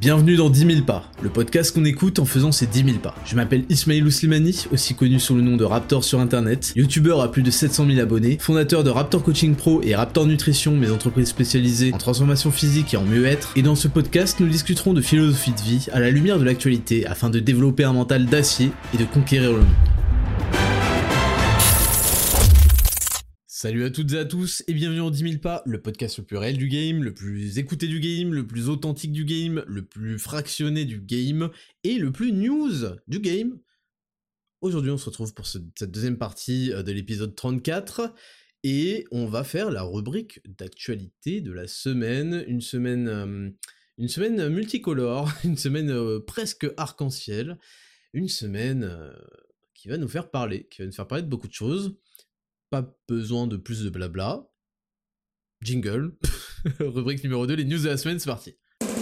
Bienvenue dans 10 000 pas, le podcast qu'on écoute en faisant ces 10 000 pas. Je m'appelle Ismail Slimani, aussi connu sous le nom de Raptor sur internet, youtubeur à plus de 700 000 abonnés, fondateur de Raptor Coaching Pro et Raptor Nutrition, mes entreprises spécialisées en transformation physique et en mieux-être. Et dans ce podcast, nous discuterons de philosophie de vie à la lumière de l'actualité afin de développer un mental d'acier et de conquérir le monde. Salut à toutes et à tous et bienvenue en 10 000 pas, le podcast le plus réel du game, le plus écouté du game, le plus authentique du game, le plus fractionné du game et le plus news du game. Aujourd'hui on se retrouve pour cette deuxième partie de l'épisode 34 et on va faire la rubrique d'actualité de la semaine, une semaine multicolore, une semaine presque arc-en-ciel, une semaine qui va nous faire parler de beaucoup de choses. Pas besoin de plus de blabla. Jingle. Rubrique numéro 2, les news de la semaine, c'est parti.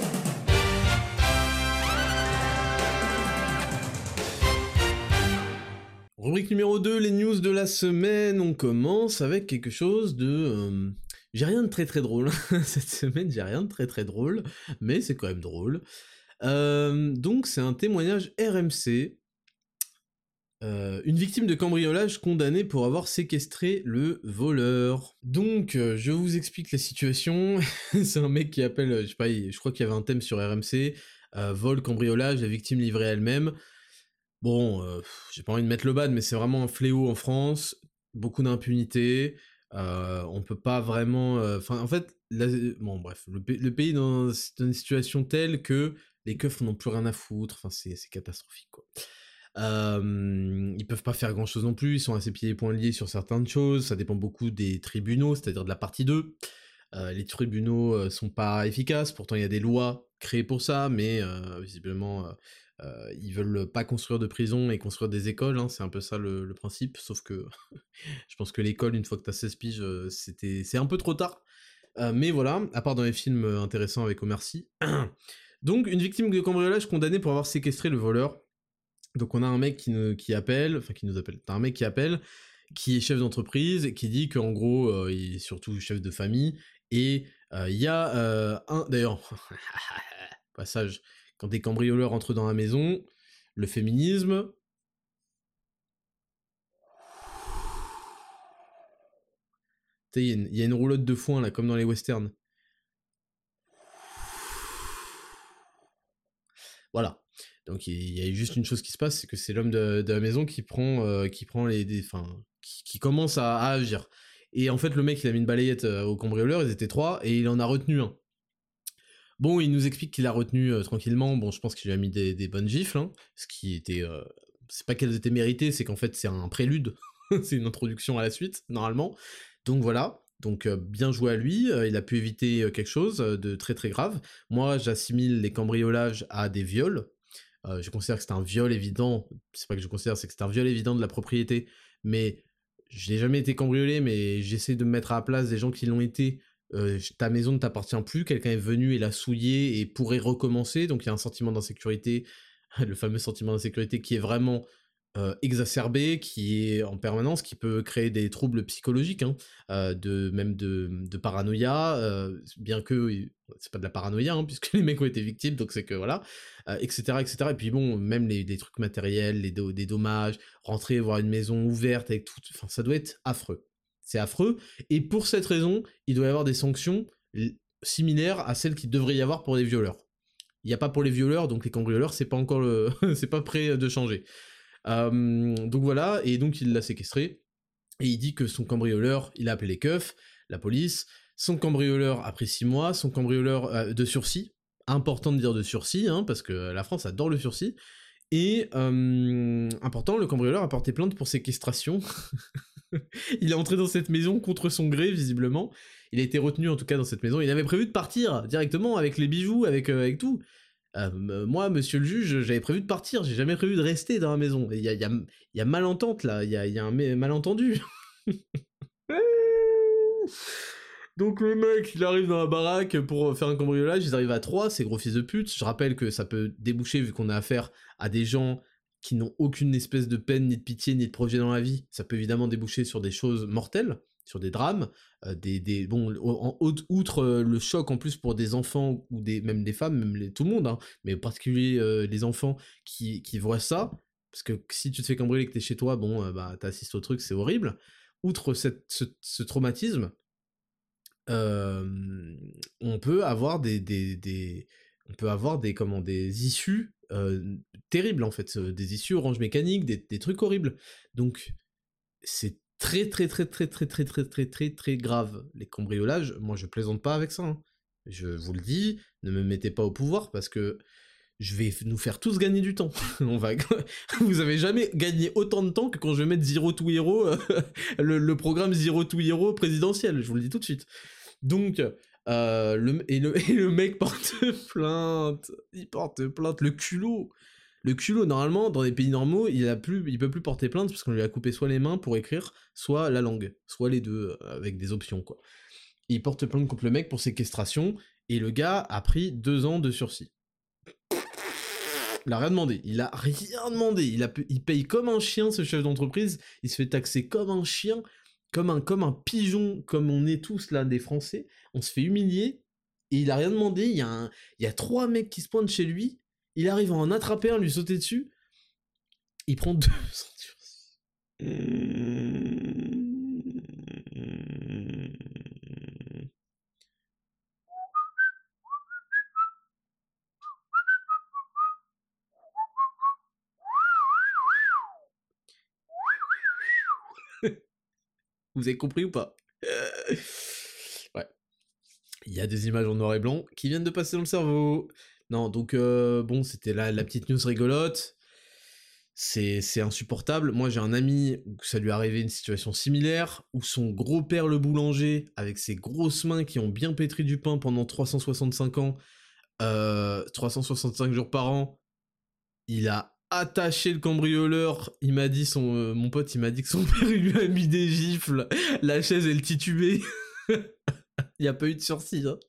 Rubrique numéro 2, les news de la semaine. On commence avec quelque chose de... J'ai rien de très très drôle. Cette semaine, j'ai rien de très très drôle, mais c'est quand même drôle. Donc c'est un témoignage RMC. Une victime de cambriolage condamnée pour avoir séquestré le voleur. Donc, je vous explique la situation. C'est un mec qui appelle, je crois qu'il y avait un thème sur RMC, vol, cambriolage, la victime livrée elle-même. Bon, j'ai pas envie de mettre le bad, mais c'est vraiment un fléau en France, beaucoup d'impunité, on peut pas vraiment... en fait, bon bref, le pays est dans une situation telle que les keufs n'ont plus rien à foutre, c'est catastrophique, quoi. Ils peuvent pas faire grand chose non plus, ils sont assez pieds et poings liés sur certaines choses, ça dépend beaucoup des tribunaux, c'est-à-dire de la partie 2. Les tribunaux sont pas efficaces, pourtant il y a des lois créées pour ça, mais visiblement ils veulent pas construire de prison et construire des écoles, hein, c'est un peu ça le principe, sauf que je pense que l'école, une fois que t'as 16 piges, c'est un peu trop tard. Mais voilà, à part dans les films intéressants avec Omar Sy. Donc une victime de cambriolage condamnée pour avoir séquestré le voleur. Donc on a un mec qui appelle, t'as un mec qui appelle, qui est chef d'entreprise, et qui dit qu'en gros, il est surtout chef de famille, et il y a d'ailleurs, passage, quand des cambrioleurs entrent dans la maison, le féminisme... Tu sais, il y a une roulotte de foin, là, comme dans les westerns. Voilà. Donc il y a juste une chose qui se passe, c'est que c'est l'homme de la maison qui prend qui commence à agir. Et en fait le mec il a mis une balayette au cambrioleur, ils étaient 3, et il en a retenu un. Bon, il nous explique qu'il a retenu tranquillement, bon je pense qu'il lui a mis des bonnes gifles, hein, ce qui était... c'est pas qu'elles étaient méritées, c'est qu'en fait c'est un prélude, c'est une introduction à la suite, normalement. Donc voilà. Donc bien joué à lui, il a pu éviter quelque chose de très très grave. Moi j'assimile les cambriolages à des viols. Je considère que c'est un viol évident, c'est pas que je considère, c'est que c'est un viol évident de la propriété, mais j'ai jamais été cambriolé, mais j'essaie de me mettre à la place des gens qui l'ont été. Ta maison ne t'appartient plus, quelqu'un est venu et l'a souillé et pourrait recommencer, donc il y a un sentiment d'insécurité, le fameux sentiment d'insécurité qui est vraiment exacerbé, qui est en permanence, qui peut créer des troubles psychologiques, hein, de paranoïa, bien que c'est pas de la paranoïa, hein, puisque les mecs ont été victimes, donc c'est que voilà, etc., etc. Et puis bon, même des trucs matériels, des dommages, rentrer, voir une maison ouverte avec tout, enfin ça doit être affreux. C'est affreux, et pour cette raison, il doit y avoir des sanctions similaires à celles qu'il devrait y avoir pour les violeurs. Il n'y a pas pour les violeurs, donc les cambrioleurs, c'est pas encore c'est pas prêt de changer. Donc voilà, et donc il l'a séquestré, et il dit que son cambrioleur, il a appelé les keufs, la police, son cambrioleur a pris 6 mois, son cambrioleur de sursis, important de dire de sursis, hein, parce que la France adore le sursis, et important, le cambrioleur a porté plainte pour séquestration. Il est entré dans cette maison contre son gré, visiblement, il a été retenu en tout cas dans cette maison, il avait prévu de partir directement avec les bijoux, avec tout. Moi, monsieur le juge, j'avais prévu de partir, j'ai jamais prévu de rester dans la maison. Il y a malentente là, il y a un malentendu. Donc le mec, il arrive dans la baraque pour faire un cambriolage, ils arrivent à 3, c'est gros fils de pute. Je rappelle que ça peut déboucher, vu qu'on a affaire à des gens qui n'ont aucune espèce de peine, ni de pitié, ni de projet dans la vie, ça peut évidemment déboucher sur des choses mortelles, sur des drames, bon, outre le choc en plus pour des enfants ou même des femmes, même tout le monde, hein, mais en particulier les enfants qui voient ça, parce que si tu te fais cambrioler et que t'es chez toi, bon, bah t'assistes au truc, c'est horrible. Outre ce traumatisme, on peut avoir on peut avoir des issues terribles en fait, des issues Orange Mécanique, des trucs horribles. Donc c'est très très très très très très très très très très grave les cambriolages. Moi je plaisante pas avec ça, hein. Je vous le dis, ne me mettez pas au pouvoir parce que je vais nous faire tous gagner du temps. Vous avez jamais gagné autant de temps que quand je vais mettre Zero to Hero, le programme Zero to Hero présidentiel, je vous le dis tout de suite. Donc, le mec porte plainte. Il porte plainte. Le culot. Le culot, normalement, dans des pays normaux, il peut plus porter plainte parce qu'on lui a coupé soit les mains pour écrire, soit la langue. Soit les deux, avec des options, quoi. Il porte plainte contre le mec pour séquestration, et le gars a pris 2 ans de sursis. Il a rien demandé. Il a rien demandé. Il paye comme un chien, ce chef d'entreprise. Il se fait taxer comme un chien, comme un pigeon, comme on est tous là, des Français. On se fait humilier. Et il a rien demandé. Il y a 3 mecs qui se pointent chez lui. Il arrive à en attraper un, lui sauter dessus. Il prend 2 Vous avez compris ou pas? Ouais. Il y a des images en noir et blanc qui viennent de passer dans le cerveau. Non, donc bon, c'était la petite news rigolote. C'est insupportable. Moi, j'ai un ami où ça lui est arrivé une situation similaire, où son gros-père le boulanger, avec ses grosses mains qui ont bien pétri du pain pendant 365 ans, 365 jours par an, il a attaché le cambrioleur. Il m'a dit, mon pote, il m'a dit que son père il lui a mis des gifles, la chaise elle titubait. Il n'y a pas eu de sursis, hein.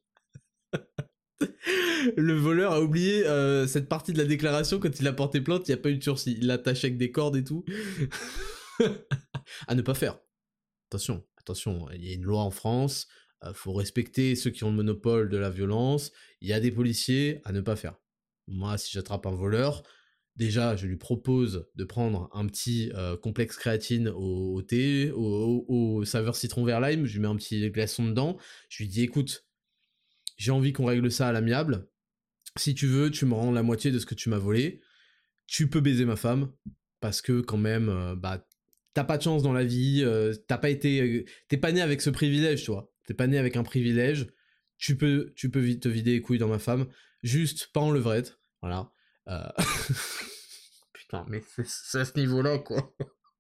Le voleur a oublié cette partie de la déclaration quand il a porté plainte, il n'y a pas eu de sursis. Il l'a attaché avec des cordes et tout. À ne pas faire. Attention, attention, il y a une loi en France, faut respecter ceux qui ont le monopole de la violence, il y a des policiers, à ne pas faire. Moi, si j'attrape un voleur, déjà, je lui propose de prendre un petit complexe créatine au thé, au saveur citron vert lime, je lui mets un petit glaçon dedans, je lui dis écoute, j'ai envie qu'on règle ça à l'amiable, si tu veux, tu me rends la moitié de ce que tu m'as volé, tu peux baiser ma femme, parce que quand même, bah, t'as pas de chance dans la vie, t'es pas né avec ce privilège, tu vois, t'es pas né avec un privilège, tu peux te vider les couilles dans ma femme, juste pas en levrette, voilà. Euh... Putain, mais c'est à ce niveau-là, quoi.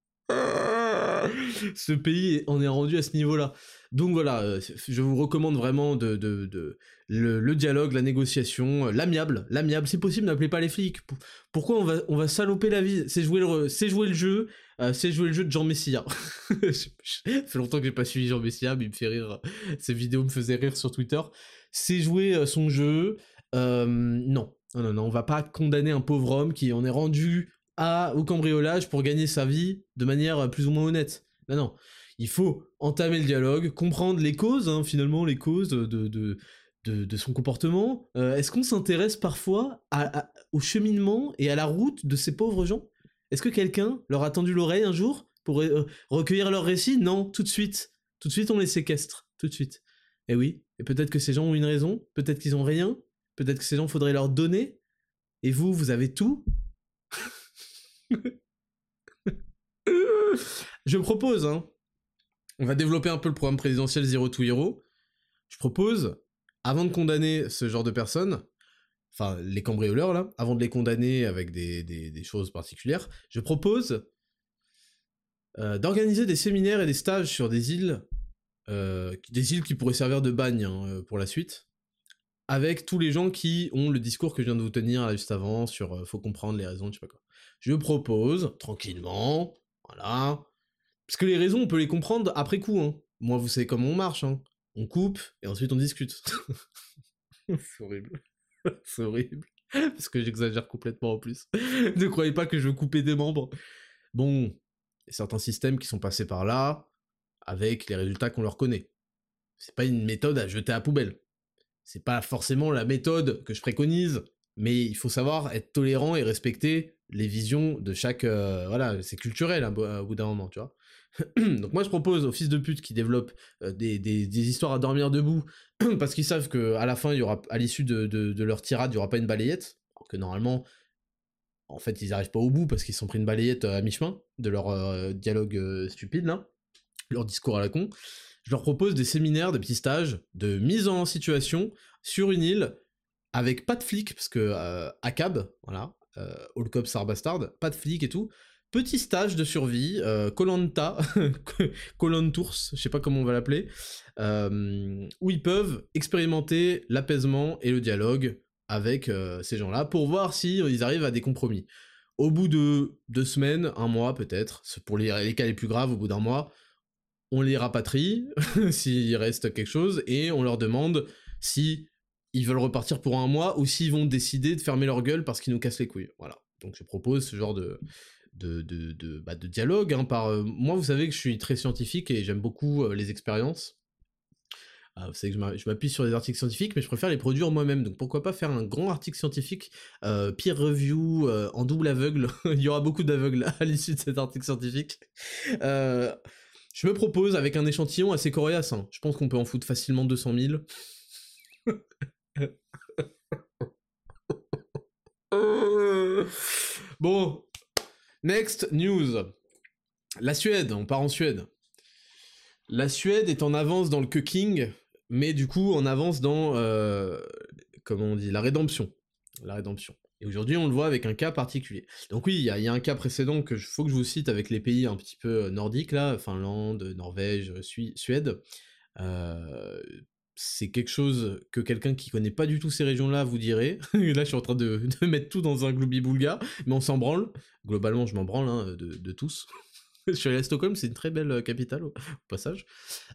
Ce pays en est rendu à ce niveau-là. Donc voilà, je vous recommande vraiment le dialogue, la négociation, l'amiable, c'est possible, n'appelez pas les flics. Pourquoi on va saloper la vie? C'est jouer le jeu, c'est jouer le jeu de Jean Messia. Ça fait longtemps que j'ai pas suivi Jean Messia, mais il me fait rire, ses vidéos me faisaient rire sur Twitter. C'est jouer son jeu, non, on va pas condamner un pauvre homme qui en est rendu au cambriolage pour gagner sa vie de manière plus ou moins honnête. Non, il faut entamer le dialogue, comprendre les causes, hein, finalement, les causes de son comportement. Est-ce qu'on s'intéresse parfois au cheminement et à la route de ces pauvres gens? Est-ce que quelqu'un leur a tendu l'oreille un jour pour recueillir leur récit? Non, tout de suite. Tout de suite, on les séquestre. Tout de suite. Et oui, et peut-être que ces gens ont une raison, peut-être qu'ils ont rien, peut-être que ces gens, faudrait leur donner, et vous avez tout. Je propose, hein, on va développer un peu le programme présidentiel Zero to Hero. Je propose, avant de condamner ce genre de personnes, enfin les cambrioleurs là, avant de les condamner avec des choses particulières, je propose d'organiser des séminaires et des stages sur des îles qui pourraient servir de bagne, hein, pour la suite, avec tous les gens qui ont le discours que je viens de vous tenir là juste avant sur faut comprendre les raisons, je sais pas quoi. Je propose, tranquillement, voilà, parce que les raisons, on peut les comprendre après coup, hein. Moi, vous savez comment on marche, hein. On coupe, et ensuite on discute. C'est horrible. C'est horrible. Parce que j'exagère complètement en plus. Ne croyez pas que je veux couper des membres. Bon, il y a certains systèmes qui sont passés par là. avec les résultats qu'on leur connaît. C'est pas une méthode à jeter à la poubelle. C'est pas forcément la méthode que je préconise, mais il faut savoir être tolérant et respecter les visions de chaque... voilà, c'est culturel au bout d'un moment, tu vois. Donc moi je propose aux fils de pute qui développent des histoires à dormir debout, parce qu'ils savent qu'à la fin, il y aura, à l'issue de leur tirade, il y aura pas une balayette, alors que normalement, en fait, ils arrivent pas au bout parce qu'ils se sont pris une balayette à mi-chemin de leur dialogue stupide, là, leur discours à la con. Je leur propose des séminaires, des petits stages de mise en situation sur une île avec pas de flics, parce que ACAB, voilà, All Cops Are Bastard, pas de flics et tout. Petit stage de survie, Koh-Lanta, Koh-Lantours, je sais pas comment on va l'appeler, où ils peuvent expérimenter l'apaisement et le dialogue avec ces gens-là pour voir si ils arrivent à des compromis. Au bout de 2 semaines, un mois peut-être, pour les cas les plus graves, au bout d'un mois, on les rapatrie s'il reste quelque chose et on leur demande si ils veulent repartir pour un mois ou s'ils vont décider de fermer leur gueule parce qu'ils nous cassent les couilles. Voilà. Donc je propose ce genre de dialogue. Hein, moi, vous savez que je suis très scientifique et j'aime beaucoup les expériences. Vous savez que je m'appuie sur des articles scientifiques, mais je préfère les produire moi-même. Donc pourquoi pas faire un grand article scientifique, peer review, en double aveugle. Il y aura beaucoup d'aveugles à l'issue de cet article scientifique. Je me propose avec un échantillon assez coriace. Hein. Je pense qu'on peut en foutre facilement 200 000. Bon, next news. La Suède, on part en Suède. La Suède est en avance dans le cooking, mais du coup en avance dans, comment on dit, la rédemption. La rédemption. Et aujourd'hui, on le voit avec un cas particulier. Donc oui, il y a un cas précédent que faut que je vous cite avec les pays un petit peu nordiques, là, Finlande, Norvège, Suède. C'est quelque chose que quelqu'un qui connaît pas du tout ces régions-là vous dirait. Là, je suis en train de mettre tout dans un gloubi-boulga, mais on s'en branle. Globalement, je m'en branle, hein, de tous. Je suis allé à Stockholm, c'est une très belle capitale, au passage.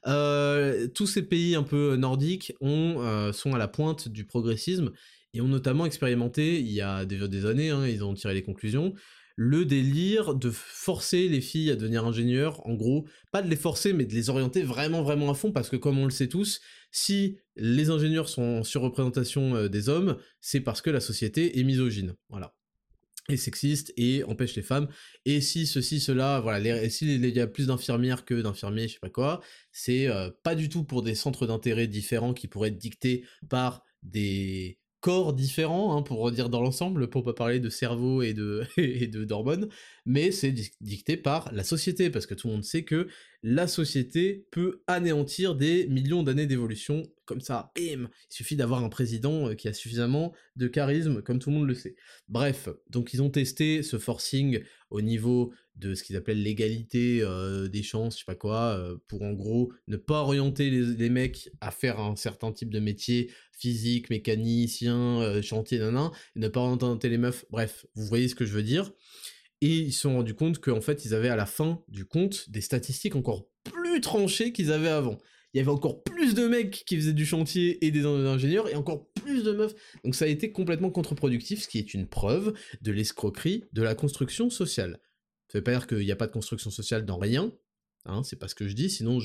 Tous ces pays un peu nordiques sont à la pointe du progressisme, et ont notamment expérimenté, il y a des années, hein, ils ont tiré les conclusions, le délire de forcer les filles à devenir ingénieurs, en gros, pas de les forcer, mais de les orienter vraiment, vraiment à fond, parce que comme on le sait tous, si les ingénieurs sont en surreprésentation des hommes, c'est parce que la société est misogyne, voilà. Et sexiste, et empêche les femmes, et si ceci, cela, voilà, et s'il y a plus d'infirmières que d'infirmiers, je sais pas quoi, c'est pas du tout pour des centres d'intérêt différents qui pourraient être dictés par des corps différents, hein, pour redire dans l'ensemble, pour pas parler de cerveau et d'hormones, mais c'est dicté par la société, parce que tout le monde sait que la société peut anéantir des millions d'années d'évolution, comme ça, bim. Il suffit d'avoir un président qui a suffisamment de charisme, comme tout le monde le sait. Bref, donc ils ont testé ce forcing au niveau de ce qu'ils appellent l'égalité des chances, je sais pas quoi, pour en gros ne pas orienter les mecs à faire un certain type de métier, physique, mécanicien, chantier, nanan, et ne pas orienter les meufs, bref, vous voyez ce que je veux dire. Et ils se sont rendus compte qu'en fait, ils avaient à la fin du compte des statistiques encore plus tranchées qu'ils avaient avant. Il y avait encore plus de mecs qui faisaient du chantier et des ingénieurs, et encore plus de meufs. Donc ça a été complètement contre-productif, ce qui est une preuve de l'escroquerie de la construction sociale. Ça veut pas dire qu'il n'y a pas de construction sociale dans rien, hein, c'est pas ce que je dis, sinon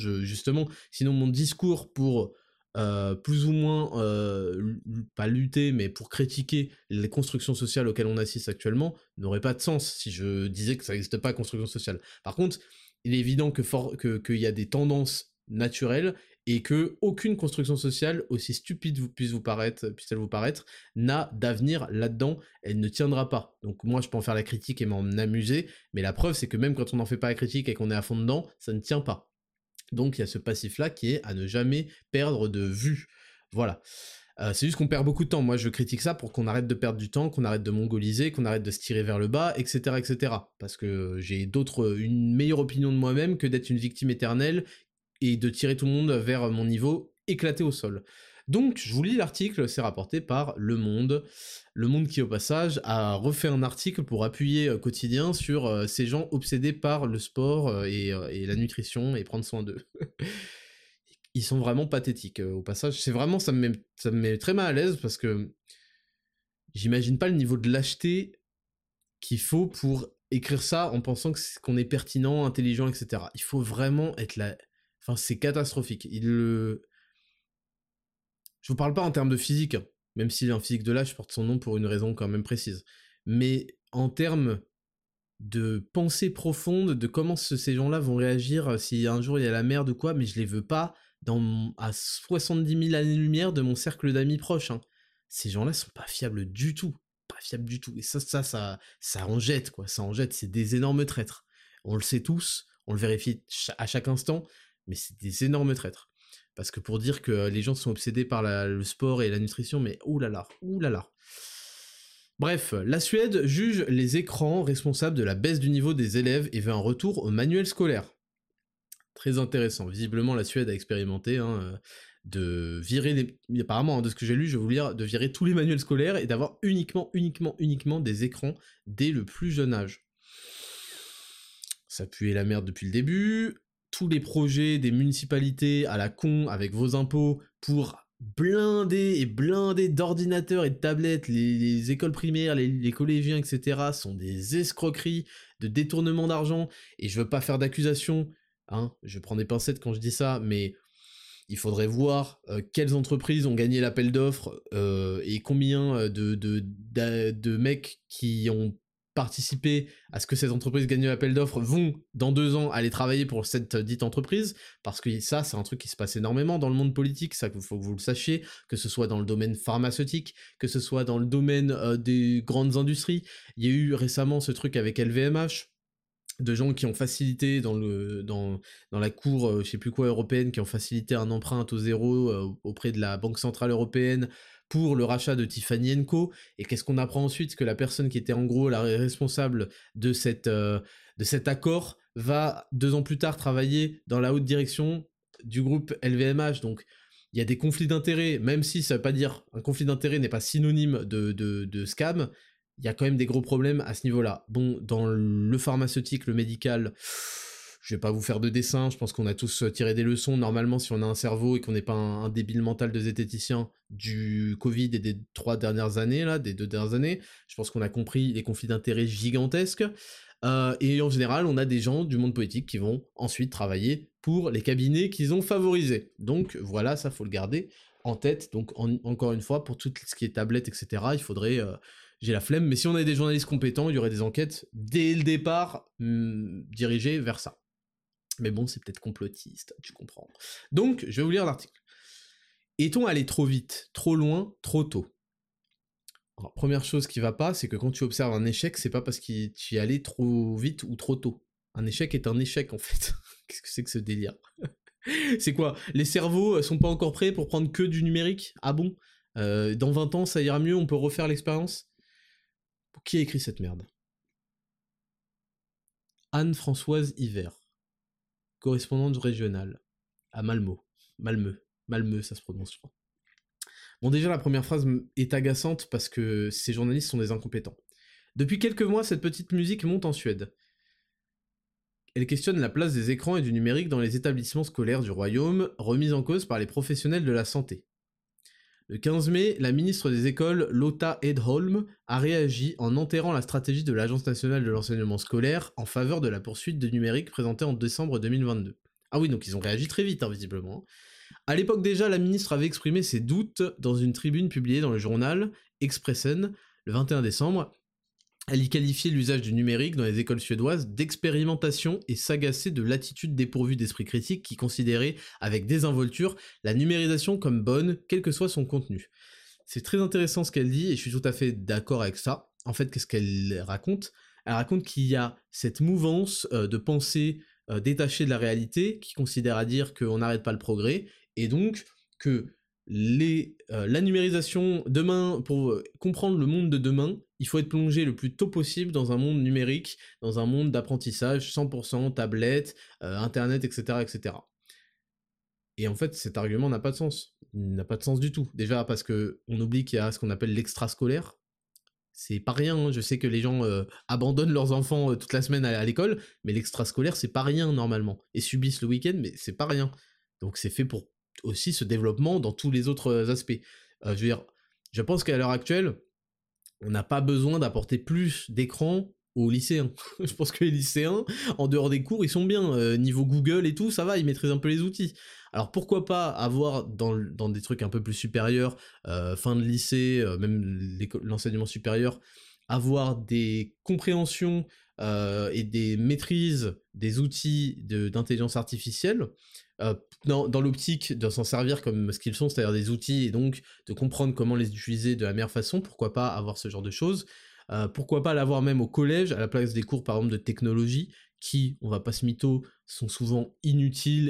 mon discours pour plus ou moins, pas lutter, mais pour critiquer les constructions sociales auxquelles on assiste actuellement, n'aurait pas de sens si je disais que ça n'existe pas, construction sociale. Par contre, il est évident qu'il y a des tendances naturelles, et que aucune construction sociale, aussi stupide puisse-elle vous paraître, n'a d'avenir là-dedans, elle ne tiendra pas. Donc moi je peux en faire la critique et m'en amuser, mais la preuve c'est que même quand on n'en fait pas la critique et qu'on est à fond dedans, ça ne tient pas. Donc il y a ce passif-là qui est à ne jamais perdre de vue. Voilà. C'est juste qu'on perd beaucoup de temps. Moi, je critique ça pour qu'on arrête de perdre du temps, qu'on arrête de mongoliser, qu'on arrête de se tirer vers le bas, etc., etc. Parce que j'ai une meilleure opinion de moi-même que d'être une victime éternelle et de tirer tout le monde vers mon niveau éclaté au sol. Donc, je vous lis l'article, c'est rapporté par Le Monde. Le Monde qui, au passage, a refait un article pour appuyer quotidien sur ces gens obsédés par le sport et la nutrition et prendre soin d'eux. Ils sont vraiment pathétiques, au passage. C'est vraiment, ça me met très mal à l'aise, parce que j'imagine pas le niveau de lâcheté qu'il faut pour écrire ça en pensant qu'on est pertinent, intelligent, etc. Il faut vraiment être là... Enfin, c'est catastrophique. Je vous parle pas en termes de physique, hein, même si un physique de l'âge porte son nom pour une raison quand même précise. Mais en termes de pensée profonde, de comment ces gens-là vont réagir si un jour il y a la merde ou quoi, mais je les veux pas à 70 000 années-lumière de mon cercle d'amis proches. Hein. Ces gens-là sont pas fiables du tout. Pas fiables du tout. Et ça en jette, quoi. Ça en jette. C'est des énormes traîtres. On le sait tous, on le vérifie à chaque instant, mais c'est des énormes traîtres. Parce que pour dire que les gens sont obsédés par le sport et la nutrition, mais oulala, oulala. Bref, la Suède juge les écrans responsables de la baisse du niveau des élèves et veut un retour au manuel scolaire. Très intéressant. Visiblement, la Suède a expérimenté de virer apparemment, de ce que j'ai lu, je vais vous lire, de virer tous les manuels scolaires et d'avoir uniquement des écrans dès le plus jeune âge. Ça puait la merde depuis le début. Tous les projets des municipalités à la con avec vos impôts pour blinder d'ordinateurs et de tablettes les écoles primaires, les collégiens, etc. sont des escroqueries de détournement d'argent. Et je veux pas faire d'accusation, hein, je prends des pincettes quand je dis ça, mais il faudrait voir quelles entreprises ont gagné l'appel d'offres et combien de mecs qui ont participer à ce que cette entreprise gagne l'appel d'offres vont, dans 2 ans, aller travailler pour cette dite entreprise, parce que ça, c'est un truc qui se passe énormément dans le monde politique, ça, il faut que vous le sachiez, que ce soit dans le domaine pharmaceutique, que ce soit dans le domaine des grandes industries. Il y a eu récemment ce truc avec LVMH, de gens qui ont facilité dans la cour, je sais plus quoi, européenne, qui ont facilité un emprunt à taux zéro auprès de la Banque Centrale Européenne pour le rachat de Tiffany & Co. Et qu'est-ce qu'on apprend ensuite? Que la personne qui était en gros la responsable de cet accord va 2 ans plus tard travailler dans la haute direction du groupe LVMH. Donc il y a des conflits d'intérêts, même si ça veut pas dire un conflit d'intérêts n'est pas synonyme de scam. Il y a quand même des gros problèmes à ce niveau-là. Bon, dans le pharmaceutique, le médical, je vais pas vous faire de dessin, je pense qu'on a tous tiré des leçons. Normalement, si on a un cerveau et qu'on n'est pas un débile mental de zététicien du Covid et des 2 dernières années, je pense qu'on a compris les conflits d'intérêts gigantesques. Et en général, on a des gens du monde politique qui vont ensuite travailler pour les cabinets qu'ils ont favorisés. Donc voilà, ça faut le garder en tête. Donc encore une fois, pour tout ce qui est tablette, etc., il faudrait... j'ai la flemme, mais si on avait des journalistes compétents, il y aurait des enquêtes dès le départ dirigées vers ça. Mais bon, c'est peut-être complotiste, tu comprends. Donc, je vais vous lire l'article. Est-on allé trop vite, trop loin, trop tôt? Alors, première chose qui va pas, c'est que quand tu observes un échec, c'est pas parce que tu y allais trop vite ou trop tôt. Un échec est un échec, en fait. Qu'est-ce que c'est que ce délire? C'est quoi? Les cerveaux sont pas encore prêts pour prendre que du numérique? Ah bon? Dans 20 ans, ça ira mieux, on peut refaire l'expérience? Qui a écrit cette merde? Anne-Françoise Hiver, correspondante régionale, à Malmö, ça se prononce, je crois. Bon, déjà, la première phrase est agaçante parce que ces journalistes sont des incompétents. Depuis quelques mois, cette petite musique monte en Suède. Elle questionne la place des écrans et du numérique dans les établissements scolaires du royaume, remise en cause par les professionnels de la santé. Le 15 mai, la ministre des Écoles, Lotta Edholm, a réagi en enterrant la stratégie de l'Agence nationale de l'enseignement scolaire en faveur de la poursuite du numérique présentée en décembre 2022. Ah oui, donc ils ont réagi très vite, hein, visiblement. À l'époque déjà, la ministre avait exprimé ses doutes dans une tribune publiée dans le journal Expressen le 21 décembre. Elle y qualifiait l'usage du numérique dans les écoles suédoises d'expérimentation et s'agaçait de l'attitude dépourvue d'esprit critique qui considérait, avec désinvolture, la numérisation comme bonne, quel que soit son contenu. C'est très intéressant ce qu'elle dit, et je suis tout à fait d'accord avec ça. En fait, qu'est-ce qu'elle raconte? Elle raconte qu'il y a cette mouvance de pensée détachée de la réalité, qui considère à dire qu'on n'arrête pas le progrès, et donc que la numérisation demain, pour comprendre le monde de demain, il faut être plongé le plus tôt possible dans un monde numérique, dans un monde d'apprentissage 100% tablette, internet, etc., etc. Et en fait, cet argument n'a pas de sens. Il n'a pas de sens du tout. Déjà parce que on oublie qu'il y a ce qu'on appelle l'extrascolaire. C'est pas rien, hein. Je sais que les gens abandonnent leurs enfants toute la semaine à l'école, mais l'extrascolaire, c'est pas rien normalement. Et subissent le week-end, mais c'est pas rien. Donc c'est fait pour aussi ce développement dans tous les autres aspects. Je veux dire, je pense qu'à l'heure actuelle, on n'a pas besoin d'apporter plus d'écrans aux lycéens. Je pense que les lycéens, en dehors des cours, ils sont bien. Niveau Google et tout, ça va, ils maîtrisent un peu les outils. Alors pourquoi pas avoir dans des trucs un peu plus supérieurs, fin de lycée, même l'enseignement supérieur, avoir des compréhensions et des maîtrises des outils d'intelligence artificielle, euh, dans l'optique de s'en servir comme ce qu'ils sont, c'est-à-dire des outils, et donc de comprendre comment les utiliser de la meilleure façon. Pourquoi pas avoir ce genre de choses. Pourquoi pas l'avoir même au collège, à la place des cours par exemple de technologie, qui, on va pas se mytho, sont souvent inutiles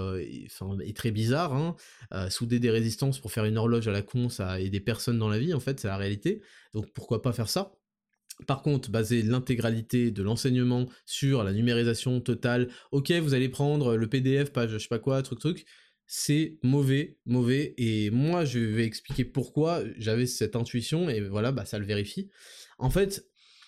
et très bizarres, hein. Souder des résistances pour faire une horloge à la con, ça aide des personnes dans la vie, en fait, c'est la réalité. Donc pourquoi pas faire ça. Par contre, baser l'intégralité de l'enseignement sur la numérisation totale, ok, vous allez prendre le PDF, page je sais pas quoi, truc, c'est mauvais, mauvais, et moi je vais expliquer pourquoi j'avais cette intuition, et voilà, bah ça le vérifie. En fait,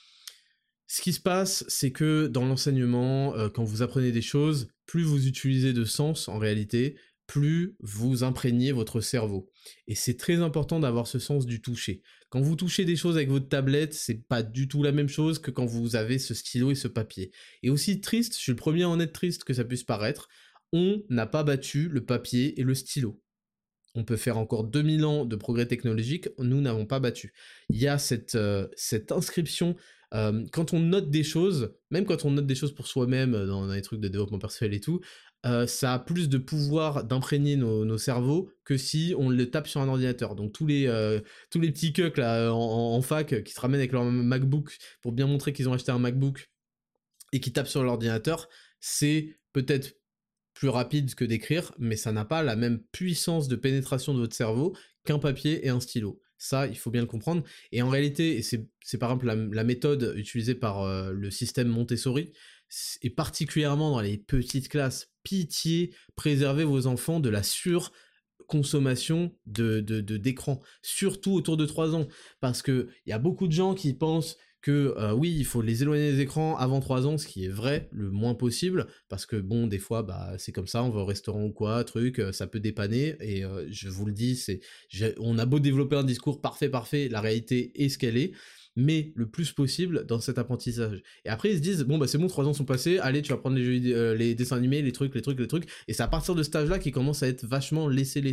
ce qui se passe, c'est que dans l'enseignement, quand vous apprenez des choses, plus vous utilisez de sens en réalité, plus vous imprégnez votre cerveau. Et c'est très important d'avoir ce sens du toucher. Quand vous touchez des choses avec votre tablette, c'est pas du tout la même chose que quand vous avez ce stylo et ce papier. Et aussi triste, je suis le premier à en être triste que ça puisse paraître, on n'a pas battu le papier et le stylo. On peut faire encore 2000 ans de progrès technologiques, nous n'avons pas battu. Il y a cette inscription, quand on note des choses, même quand on note des choses pour soi-même, dans les trucs de développement personnel et tout, ça a plus de pouvoir d'imprégner nos cerveaux que si on le tape sur un ordinateur. Donc tous les petits cucks là, en fac qui se ramènent avec leur MacBook pour bien montrer qu'ils ont acheté un MacBook et qui tapent sur l'ordinateur, c'est peut-être plus rapide que d'écrire, mais ça n'a pas la même puissance de pénétration de votre cerveau qu'un papier et un stylo. Ça, il faut bien le comprendre. Et en réalité, et c'est par exemple la méthode utilisée par le système Montessori, et particulièrement dans les petites classes, pitié, préservez vos enfants de la surconsommation d'écran, surtout autour de 3 ans, parce que il y a beaucoup de gens qui pensent que oui, il faut les éloigner des écrans avant 3 ans, ce qui est vrai, le moins possible, parce que bon, des fois, bah, c'est comme ça, on va au restaurant ou quoi, ça peut dépanner, et je vous le dis, on a beau développer un discours parfait, la réalité est ce qu'elle est, mais le plus possible dans cet apprentissage. Et après, ils se disent, bon, bah c'est bon, 3 ans sont passés, allez, tu vas prendre les dessins animés, les trucs, et c'est à partir de cet âge-là qu'ils commencent à être vachement laissés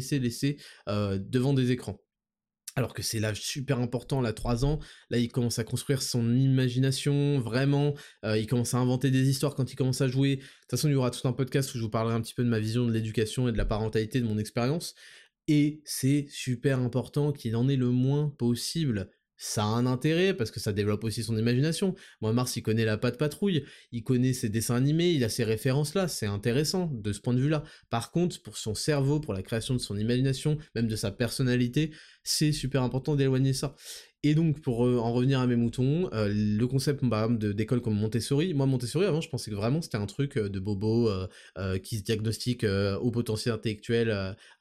devant des écrans. Alors que c'est l'âge super important, là, 3 ans, là, il commence à construire son imagination, vraiment, il commence à inventer des histoires quand il commence à jouer. De toute façon, il y aura tout un podcast où je vous parlerai un petit peu de ma vision de l'éducation et de la parentalité, de mon expérience, et c'est super important qu'il en ait le moins possible. Ça a un intérêt, parce que ça développe aussi son imagination. Moi, Mars, il connaît la patte patrouille, il connaît ses dessins animés, il a ces références-là, c'est intéressant de ce point de vue-là. Par contre, pour son cerveau, pour la création de son imagination, même de sa personnalité, c'est super important d'éloigner ça. Et donc, pour en revenir à mes moutons, le concept par exemple, d'école comme Montessori, moi Montessori avant je pensais que vraiment c'était un truc de bobo qui se diagnostique au potentiel intellectuel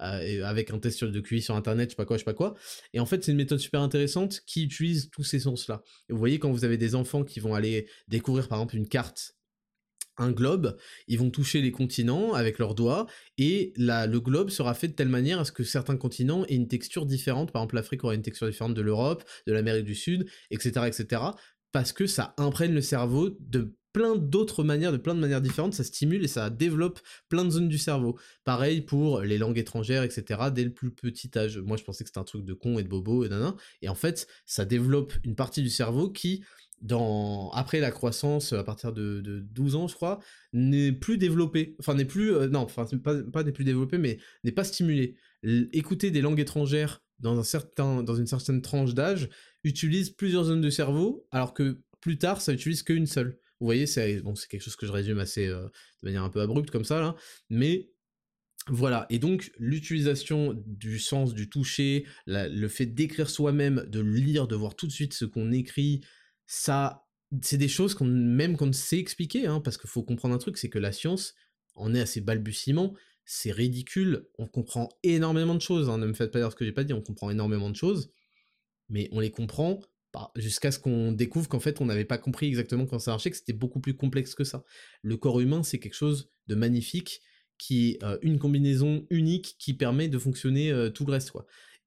avec un test de QI sur internet, je sais pas quoi. Et en fait c'est une méthode super intéressante qui utilise tous ces sens-là. Et vous voyez quand vous avez des enfants qui vont aller découvrir par exemple une carte, un globe, ils vont toucher les continents avec leurs doigts, et le globe sera fait de telle manière à ce que certains continents aient une texture différente. Par exemple, l'Afrique aura une texture différente de l'Europe, de l'Amérique du Sud, etc., parce que ça imprègne le cerveau de plein d'autres manières, de plein de manières différentes, ça stimule et ça développe plein de zones du cerveau. Pareil pour les langues étrangères, etc., dès le plus petit âge. Moi, je pensais que c'était un truc de con et de bobo, et en fait, ça développe une partie du cerveau qui après la croissance, à partir de 12 ans, je crois, n'est plus développé, enfin n'est plus, non, enfin c'est pas n'est plus développé, mais n'est pas stimulé. Écouter des langues étrangères dans une certaine tranche d'âge utilise plusieurs zones de cerveau, alors que plus tard, ça utilise qu'une seule. Vous voyez, c'est quelque chose que je résume assez de manière un peu abrupte comme ça là, mais voilà, et donc l'utilisation du sens du toucher, le fait d'écrire soi-même, de lire, de voir tout de suite ce qu'on écrit, ça, c'est des choses même qu'on ne sait expliquer, hein, parce qu'il faut comprendre un truc, c'est que la science en est à ses balbutiements, c'est ridicule, on comprend énormément de choses, hein, ne me faites pas dire ce que j'ai pas dit, on comprend énormément de choses, mais on les comprend jusqu'à ce qu'on découvre qu'en fait on n'avait pas compris exactement comment ça marchait, que c'était beaucoup plus complexe que ça. Le corps humain, c'est quelque chose de magnifique, qui est une combinaison unique qui permet de fonctionner tout le reste, quoi.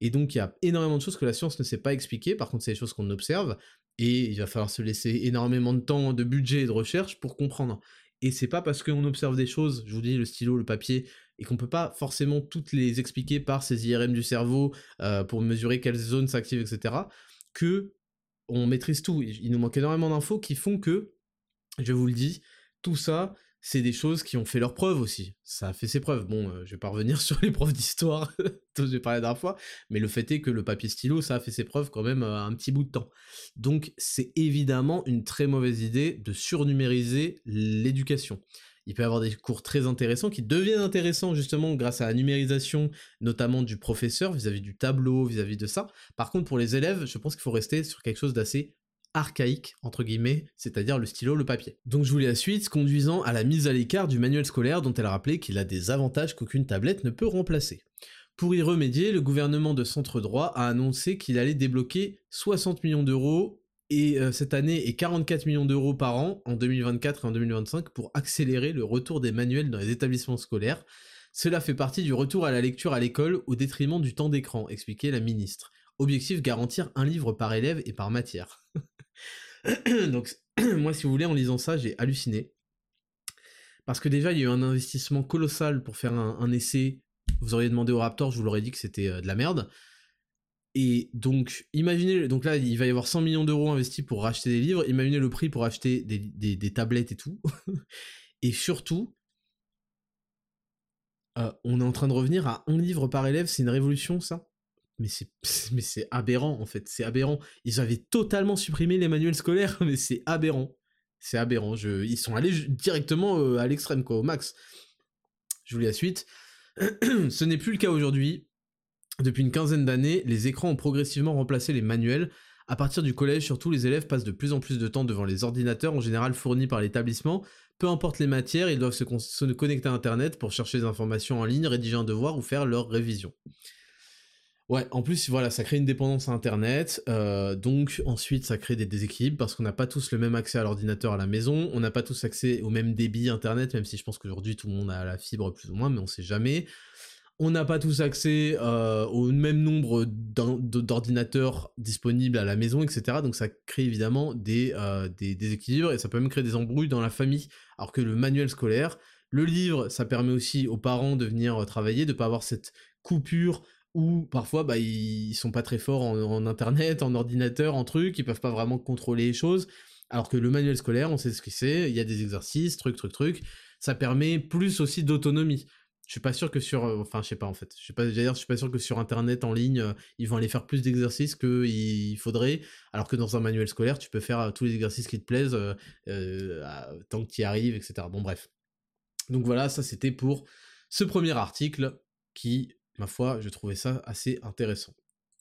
Et donc il y a énormément de choses que la science ne sait pas expliquer, par contre c'est des choses qu'on observe, et il va falloir se laisser énormément de temps, de budget et de recherche pour comprendre. Et c'est pas parce qu'on observe des choses, je vous dis le stylo, le papier, et qu'on peut pas forcément toutes les expliquer par ces IRM du cerveau pour mesurer quelles zones s'activent, etc., que on maîtrise tout. Il nous manque énormément d'infos qui font que, je vous le dis, tout ça, c'est des choses qui ont fait leurs preuves aussi. Ça a fait ses preuves. Bon, je vais pas revenir sur les profs d'histoire dont j'ai parlé la dernière fois, mais le fait est que le papier stylo, ça a fait ses preuves quand même un petit bout de temps. Donc c'est évidemment une très mauvaise idée de surnumériser l'éducation. Il peut y avoir des cours très intéressants qui deviennent intéressants justement grâce à la numérisation, notamment du professeur vis-à-vis du tableau, vis-à-vis de ça. Par contre, pour les élèves, je pense qu'il faut rester sur quelque chose d'assez archaïque, entre guillemets, c'est-à-dire le stylo, le papier. Donc je vous lis la suite, conduisant à la mise à l'écart du manuel scolaire dont elle rappelait qu'il a des avantages qu'aucune tablette ne peut remplacer. Pour y remédier, le gouvernement de centre droit a annoncé qu'il allait débloquer 60 millions d'euros cette année et 44 millions d'euros par an en 2024 et en 2025 pour accélérer le retour des manuels dans les établissements scolaires. Cela fait partie du retour à la lecture à l'école au détriment du temps d'écran, expliquait la ministre. Objectif, garantir un livre par élève et par matière. Donc moi, si vous voulez, en lisant ça, j'ai halluciné. Parce que déjà, il y a eu un investissement colossal pour faire un essai. Vous auriez demandé au Raptor, je vous l'aurais dit que c'était de la merde. Et donc, imaginez, donc là, il va y avoir 100 millions d'euros investis pour racheter des livres. Imaginez le prix pour acheter des tablettes et tout. Et surtout, on est en train de revenir à un livre par élève. C'est une révolution, ça. Mais c'est aberrant, en fait. C'est aberrant. Ils avaient totalement supprimé les manuels scolaires, mais c'est aberrant. C'est aberrant. Ils sont allés directement à l'extrême, quoi, au max. Je vous lis la suite. Ce n'est plus le cas aujourd'hui. Depuis une quinzaine d'années, les écrans ont progressivement remplacé les manuels. À partir du collège, surtout, les élèves passent de plus en plus de temps devant les ordinateurs, en général fournis par l'établissement. Peu importe les matières, ils doivent se connecter à Internet pour chercher des informations en ligne, rédiger un devoir ou faire leur révision. Ouais, en plus, voilà, ça crée une dépendance à Internet, donc ensuite ça crée des déséquilibres parce qu'on n'a pas tous le même accès à l'ordinateur à la maison, on n'a pas tous accès au même débit Internet, même si je pense qu'aujourd'hui tout le monde a la fibre plus ou moins, mais on sait jamais. On n'a pas tous accès au même nombre d'ordinateurs disponibles à la maison, etc. Donc ça crée évidemment des déséquilibres et ça peut même créer des embrouilles dans la famille. Alors que le manuel scolaire, le livre, ça permet aussi aux parents de venir travailler, de pas avoir cette coupure où parfois ils sont pas très forts en internet, en ordinateur, en trucs, ils peuvent pas vraiment contrôler les choses. Alors que le manuel scolaire, on sait ce que c'est, il y a des exercices, truc, ça permet plus aussi d'autonomie. Je suis pas sûr que enfin je sais pas en fait, je suis pas sûr que sur internet en ligne, ils vont aller faire plus d'exercices qu'il faudrait, alors que dans un manuel scolaire, tu peux faire tous les exercices qui te plaisent, tant que tu y arrives, etc. Bon bref. Donc voilà, ça c'était pour ce premier article qui, ma foi, je trouvais ça assez intéressant.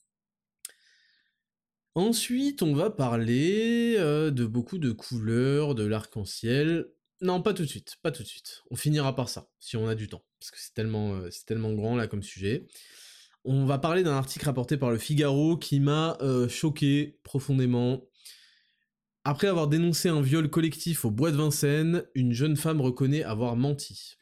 Ensuite, on va parler de beaucoup de couleurs, de l'arc-en-ciel. Non, pas tout de suite, pas tout de suite. On finira par ça, si on a du temps, parce que c'est tellement grand là comme sujet. On va parler d'un article rapporté par le Figaro qui m'a choqué profondément. Après avoir dénoncé un viol collectif au bois de Vincennes, une jeune femme reconnaît avoir menti.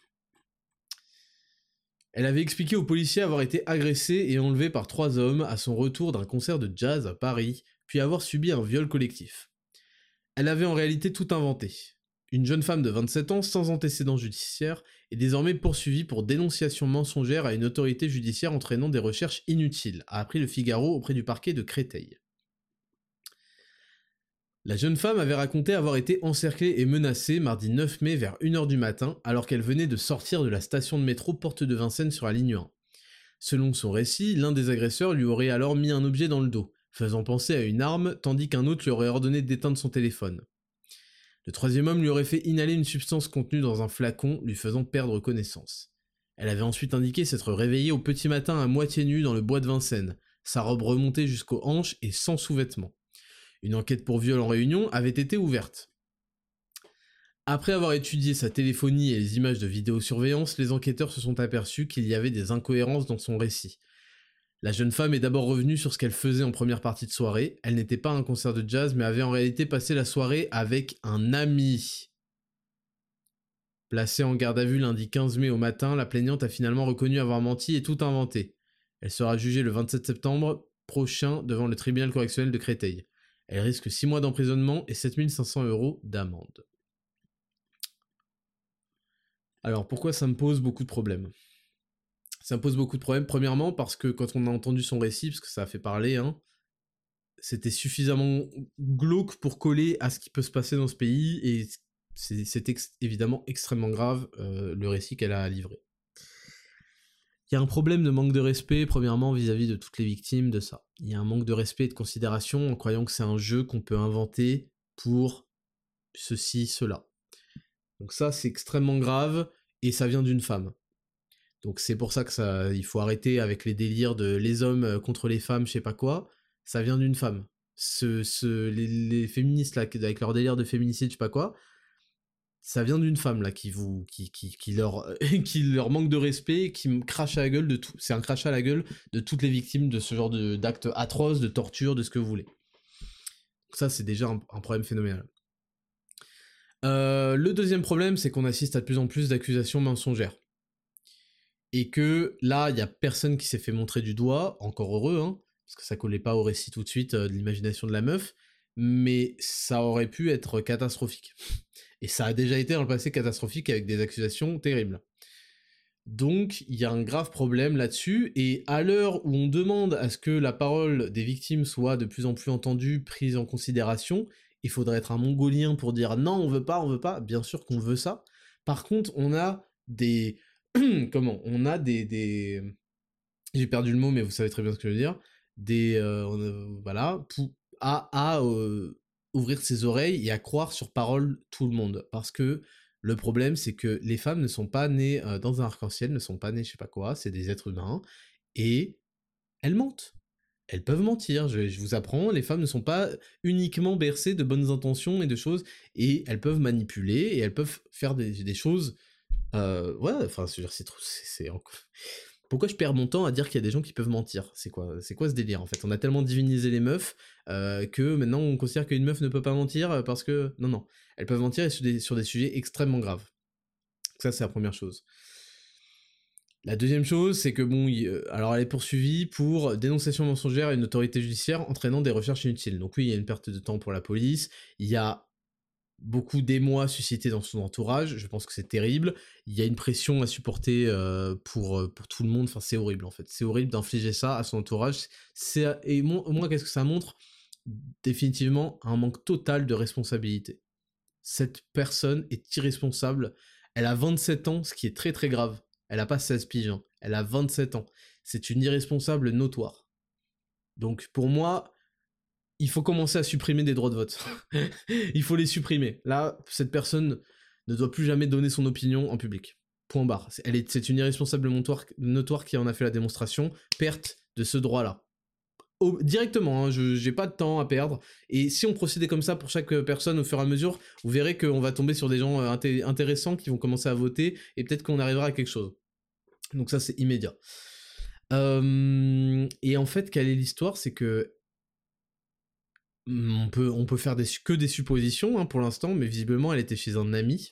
Elle avait expliqué aux policiers avoir été agressée et enlevée par 3 hommes à son retour d'un concert de jazz à Paris, puis avoir subi un viol collectif. Elle avait en réalité tout inventé. Une jeune femme de 27 ans sans antécédents judiciaires est désormais poursuivie pour dénonciation mensongère à une autorité judiciaire entraînant des recherches inutiles, a appris le Figaro auprès du parquet de Créteil. La jeune femme avait raconté avoir été encerclée et menacée mardi 9 mai vers 1h du matin alors qu'elle venait de sortir de la station de métro Porte de Vincennes sur la ligne 1. Selon son récit, l'un des agresseurs lui aurait alors mis un objet dans le dos, faisant penser à une arme, tandis qu'un autre lui aurait ordonné d'éteindre son téléphone. Le troisième homme lui aurait fait inhaler une substance contenue dans un flacon, lui faisant perdre connaissance. Elle avait ensuite indiqué s'être réveillée au petit matin à moitié nue dans le bois de Vincennes, sa robe remontée jusqu'aux hanches et sans sous-vêtements. Une enquête pour viol en réunion avait été ouverte. Après avoir étudié sa téléphonie et les images de vidéosurveillance, les enquêteurs se sont aperçus qu'il y avait des incohérences dans son récit. La jeune femme est d'abord revenue sur ce qu'elle faisait en première partie de soirée. Elle n'était pas à un concert de jazz, mais avait en réalité passé la soirée avec un ami. Placée en garde à vue lundi 15 mai au matin, la plaignante a finalement reconnu avoir menti et tout inventé. Elle sera jugée le 27 septembre prochain devant le tribunal correctionnel de Créteil. Elle risque 6 mois d'emprisonnement et 7500 € d'amende. Alors pourquoi ça me pose beaucoup de problèmes? Ça me pose beaucoup de problèmes, premièrement parce que quand on a entendu son récit, parce que ça a fait parler, hein, c'était suffisamment glauque pour coller à ce qui peut se passer dans ce pays, et c'est évidemment extrêmement grave le récit qu'elle a livré. Il y a un problème de manque de respect, premièrement, vis-à-vis de toutes les victimes de ça. Il y a un manque de respect et de considération en croyant que c'est un jeu qu'on peut inventer pour ceci, cela. Donc ça, c'est extrêmement grave, et ça vient d'une femme. Donc c'est pour ça que il faut arrêter avec les délires de les hommes contre les femmes, je sais pas quoi. Ça vient d'une femme. Les féministes là, avec leur délire de féminicide, je sais pas quoi, ça vient d'une femme là qui leur qui leur manque de respect, qui me crache à la gueule de tout. C'est un crachat à la gueule de toutes les victimes de ce genre d'actes atroces, de torture, de ce que vous voulez. Donc ça, c'est déjà un problème phénoménal. Le deuxième problème, c'est qu'on assiste à de plus en plus d'accusations mensongères. Et que là, il y a personne qui s'est fait montrer du doigt, encore heureux, hein, parce que ça collait pas au récit tout de suite de l'imagination de la meuf, mais ça aurait pu être catastrophique. Et ça a déjà été dans le passé catastrophique avec des accusations terribles. Donc il y a un grave problème là-dessus, et à l'heure où on demande à ce que la parole des victimes soit de plus en plus entendue, prise en considération, il faudrait être un mongolien pour dire non, on veut pas, bien sûr qu'on veut ça. Par contre, on a des... Comment? On a des... J'ai perdu le mot, mais vous savez très bien ce que je veux dire. Voilà, à ouvrir ses oreilles et à croire sur parole tout le monde. Parce que le problème, c'est que les femmes ne sont pas nées dans un arc-en-ciel, ne sont pas nées je sais pas quoi, c'est des êtres humains, et elles mentent. Elles peuvent mentir, je vous apprends, les femmes ne sont pas uniquement bercées de bonnes intentions et de choses, et elles peuvent manipuler, et elles peuvent faire des choses... ouais, enfin, c'est encore... Pourquoi je perds mon temps à dire qu'il y a des gens qui peuvent mentir? C'est quoi ce délire en fait? On a tellement divinisé les meufs que maintenant on considère qu'une meuf ne peut pas mentir parce que... Non, elles peuvent mentir sur des sujets extrêmement graves. Ça, c'est la première chose. La deuxième chose, c'est que bon, alors elle est poursuivie pour dénonciation mensongère à une autorité judiciaire entraînant des recherches inutiles. Donc oui, il y a une perte de temps pour la police, il y a beaucoup d'émoi suscités dans son entourage, je pense que c'est terrible, il y a une pression à supporter pour tout le monde, enfin c'est horrible en fait, c'est horrible d'infliger ça à son entourage, et moi qu'est-ce que ça montre? Définitivement un manque total de responsabilité. Cette personne est irresponsable, elle a 27 ans, ce qui est très très grave, elle a pas 16 piges, hein. Elle a 27 ans, c'est une irresponsable notoire. Donc pour moi, il faut commencer à supprimer des droits de vote. Il faut les supprimer. Là, cette personne ne doit plus jamais donner son opinion en public. Point barre. C'est une irresponsable notoire qui en a fait la démonstration. Perte de ce droit-là. Directement, hein, j'ai pas de temps à perdre. Et si on procédait comme ça pour chaque personne au fur et à mesure, vous verrez qu'on va tomber sur des gens intéressants qui vont commencer à voter, et peut-être qu'on arrivera à quelque chose. Donc ça, c'est immédiat. Et en fait, quelle est l'histoire? C'est que on peut faire que des suppositions hein, pour l'instant, mais visiblement elle était chez un ami.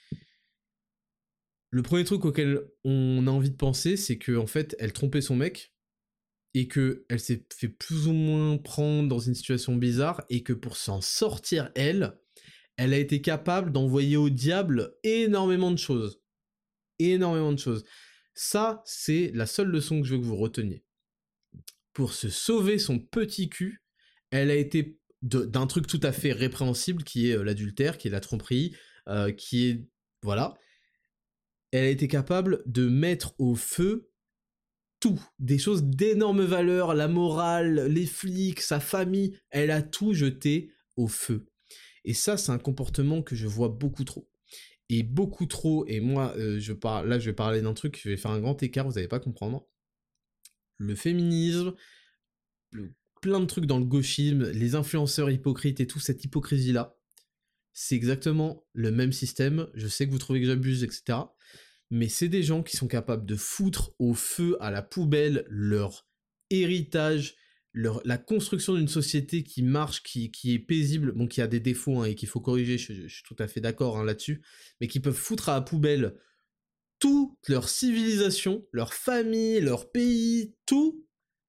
Le premier truc auquel on a envie de penser, c'est que en fait elle trompait son mec, et que elle s'est fait plus ou moins prendre dans une situation bizarre, et que pour s'en sortir elle a été capable d'envoyer au diable énormément de choses. Énormément de choses. Ça, c'est la seule leçon que je veux que vous reteniez. Pour se sauver son petit cul, elle a été d'un truc tout à fait répréhensible qui est l'adultère, qui est la tromperie, qui est... Voilà. Elle a été capable de mettre au feu tout. Des choses d'énorme valeur, la morale, les flics, sa famille, elle a tout jeté au feu. Et ça, c'est un comportement que je vois beaucoup trop. Et beaucoup trop, et moi, là je vais parler d'un truc, je vais faire un grand écart, vous n'allez pas comprendre. Le féminisme, plein de trucs dans le gauchisme, les influenceurs hypocrites et tout, cette hypocrisie-là, c'est exactement le même système. Je sais que vous trouvez que j'abuse, etc. Mais c'est des gens qui sont capables de foutre au feu, à la poubelle, leur héritage, la construction d'une société qui marche, qui est paisible, bon, qui a des défauts hein, et qu'il faut corriger, je suis tout à fait d'accord hein, là-dessus, mais qui peuvent foutre à la poubelle toute leur civilisation, leur famille, leur pays, tout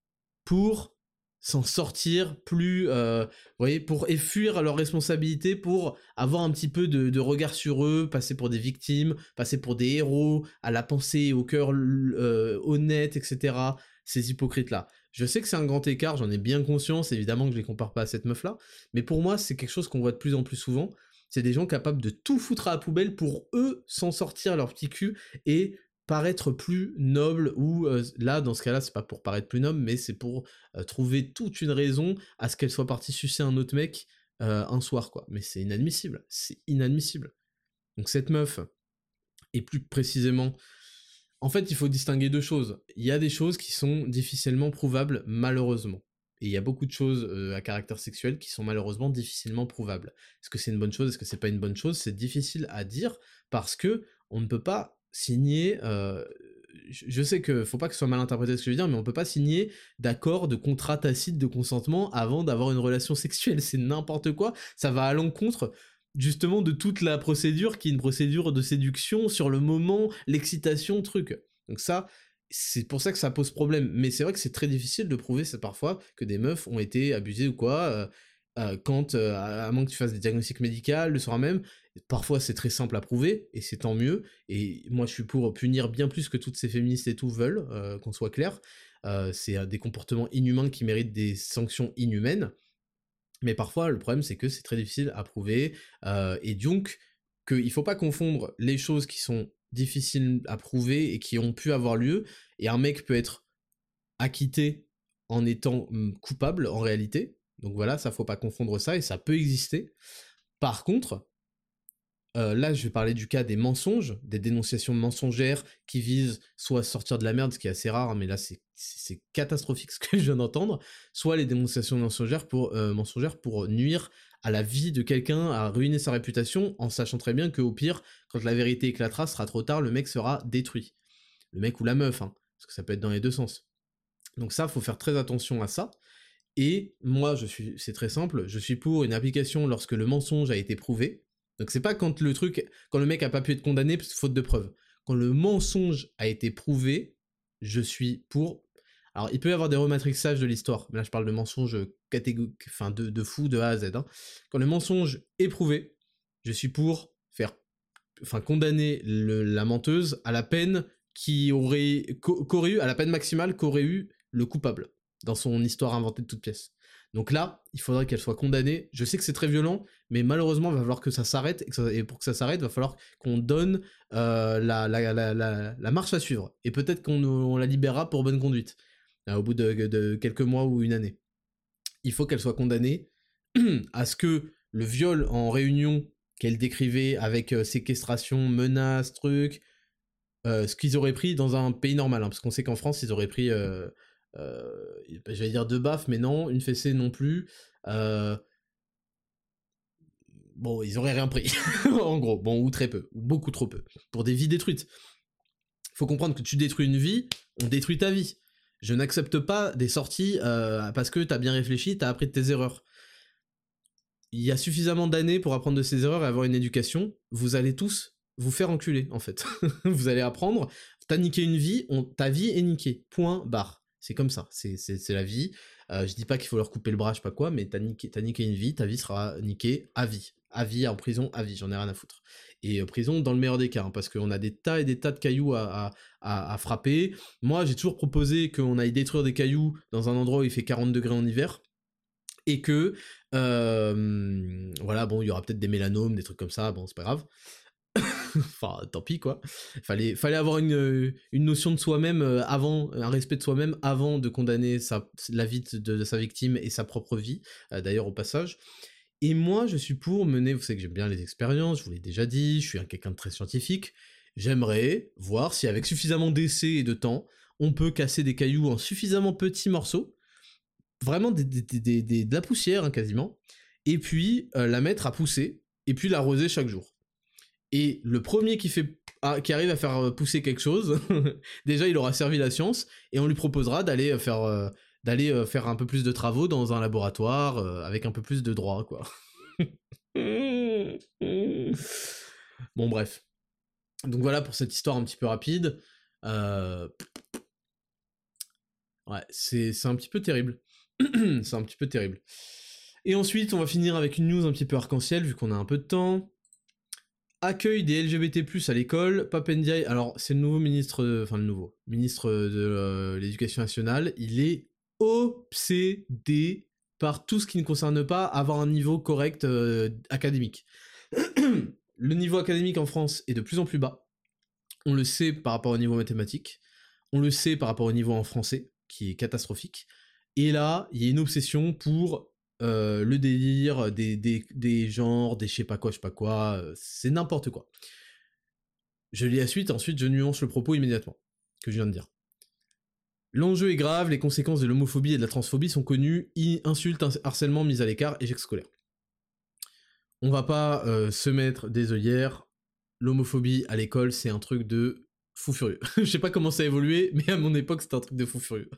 pour s'en sortir plus, vous voyez, pour fuir leurs responsabilités, pour avoir un petit peu de regard sur eux, passer pour des victimes, passer pour des héros, à la pensée, au cœur honnête, etc. Ces hypocrites-là. Je sais que c'est un grand écart, j'en ai bien conscience, évidemment que je les compare pas à cette meuf-là, mais pour moi, c'est quelque chose qu'on voit de plus en plus souvent. C'est des gens capables de tout foutre à la poubelle pour eux s'en sortir leur petit cul et paraître plus noble, ou là, dans ce cas-là, c'est pas pour paraître plus noble, mais c'est pour trouver toute une raison à ce qu'elle soit partie sucer un autre mec un soir, quoi. Mais c'est inadmissible, c'est inadmissible. Donc cette meuf, et plus précisément, en fait, il faut distinguer deux choses. Il y a des choses qui sont difficilement prouvables, malheureusement. Et il y a beaucoup de choses à caractère sexuel qui sont malheureusement difficilement prouvables. Est-ce que c'est une bonne chose, est-ce que c'est pas une bonne chose? C'est difficile à dire, parce que on ne peut pas signer, je sais que faut pas que ce soit mal interprété ce que je veux dire, mais on peut pas signer d'accord de contrat tacite de consentement avant d'avoir une relation sexuelle, c'est n'importe quoi, ça va à l'encontre justement de toute la procédure qui est une procédure de séduction sur le moment, l'excitation, truc. Donc ça, c'est pour ça que ça pose problème, mais c'est vrai que c'est très difficile de prouver ça parfois, que des meufs ont été abusées ou quoi, quand, à moins que tu fasses des diagnostics médicaux le soir même, parfois c'est très simple à prouver, et c'est tant mieux, et moi je suis pour punir bien plus que toutes ces féministes et tout veulent, qu'on soit clair, c'est des comportements inhumains qui méritent des sanctions inhumaines, mais parfois le problème c'est que c'est très difficile à prouver, et donc qu'il faut pas confondre les choses qui sont difficiles à prouver et qui ont pu avoir lieu, et un mec peut être acquitté en étant coupable en réalité, donc voilà, ça faut pas confondre ça, et ça peut exister. Par contre, là je vais parler du cas des mensonges, des dénonciations mensongères qui visent soit à sortir de la merde, ce qui est assez rare, mais là c'est catastrophique ce que je viens d'entendre, soit les dénonciations mensongères pour nuire à la vie de quelqu'un, à ruiner sa réputation, en sachant très bien qu'au pire, quand la vérité éclatera, ce sera trop tard, le mec sera détruit. Le mec ou la meuf, hein, parce que ça peut être dans les deux sens. Donc ça, faut faire très attention à ça. Et moi, c'est très simple, je suis pour une application lorsque le mensonge a été prouvé. Donc c'est pas quand le mec a pas pu être condamné faute de preuve. Quand le mensonge a été prouvé, je suis pour. Alors il peut y avoir des rematrixages de l'histoire, mais là je parle de mensonge enfin de fou de A à Z. Hein. Quand le mensonge est prouvé, je suis pour condamner la menteuse à la peine qu'aurait eu, à la peine maximale qu'aurait eu le coupable dans son histoire inventée de toutes pièces. Donc là, il faudrait qu'elle soit condamnée. Je sais que c'est très violent, mais malheureusement, il va falloir que ça s'arrête, et pour que ça s'arrête, il va falloir qu'on donne la marche à suivre. Et peut-être qu'on la libérera pour bonne conduite, au bout de quelques mois ou une année. Il faut qu'elle soit condamnée à ce que le viol en réunion qu'elle décrivait avec séquestration, menaces, trucs, ce qu'ils auraient pris dans un pays normal, hein, parce qu'on sait qu'en France, ils auraient pris, j'allais dire deux baffes, mais non, une fessée non plus, bon, ils auraient rien pris, en gros, bon, ou très peu, ou beaucoup trop peu, pour des vies détruites. Faut comprendre que tu détruis une vie, on détruit ta vie. Je n'accepte pas des sorties parce que t'as bien réfléchi, t'as appris de tes erreurs. Il y a suffisamment d'années pour apprendre de ses erreurs et avoir une éducation, vous allez tous vous faire enculer, en fait. Vous allez apprendre, t'as niqué une vie, ta vie est niquée, point, barre. C'est comme ça, c'est la vie. Je dis pas qu'il faut leur couper le bras, je sais pas quoi, mais t'as niqué une vie, ta vie sera niquée à vie. À vie, en prison, à vie, j'en ai rien à foutre. Et prison dans le meilleur des cas, hein, parce qu'on a des tas et des tas de cailloux à frapper. Moi, j'ai toujours proposé qu'on aille détruire des cailloux dans un endroit où il fait 40 degrés en hiver, et que, voilà, bon, il y aura peut-être des mélanomes, des trucs comme ça, bon, c'est pas grave. Enfin, tant pis, quoi. Fallait avoir une notion de soi-même avant, un respect de soi-même avant de condamner la vie de sa victime et sa propre vie, d'ailleurs, au passage. Et moi, je suis pour mener, vous savez que j'aime bien les expériences, je vous l'ai déjà dit, je suis quelqu'un de très scientifique, j'aimerais voir si avec suffisamment d'essais et de temps, on peut casser des cailloux en suffisamment petits morceaux, vraiment de la poussière, hein, quasiment, et puis la mettre à pousser, et puis l'arroser chaque jour. Et le premier qui arrive à faire pousser quelque chose, déjà il aura servi la science, et on lui proposera d'aller faire un peu plus de travaux dans un laboratoire, avec un peu plus de droits, quoi. Bon, bref. Donc voilà pour cette histoire un petit peu rapide. Ouais, c'est un petit peu terrible. C'est un petit peu terrible. Et ensuite, on va finir avec une news un petit peu arc-en-ciel, vu qu'on a un peu de temps. Accueil des LGBT+ à l'école, Pape Ndiaye, alors c'est le nouveau ministre, enfin le nouveau ministre de l'Éducation nationale, il est obsédé par tout ce qui ne concerne pas avoir un niveau correct académique. Le niveau académique en France est de plus en plus bas, on le sait par rapport au niveau mathématique, on le sait par rapport au niveau en français, qui est catastrophique, et là, il y a une obsession pour le délire, des genres, des je sais pas quoi, c'est n'importe quoi. Je lis la suite, ensuite je nuance le propos immédiatement, que je viens de dire. L'enjeu est grave, les conséquences de l'homophobie et de la transphobie sont connues, insultes, harcèlement, mise à l'écart, échec scolaire. On va pas se mettre des œillères, l'homophobie à l'école c'est un truc de fou furieux. Je sais pas comment ça a évolué, mais à mon époque c'était un truc de fou furieux.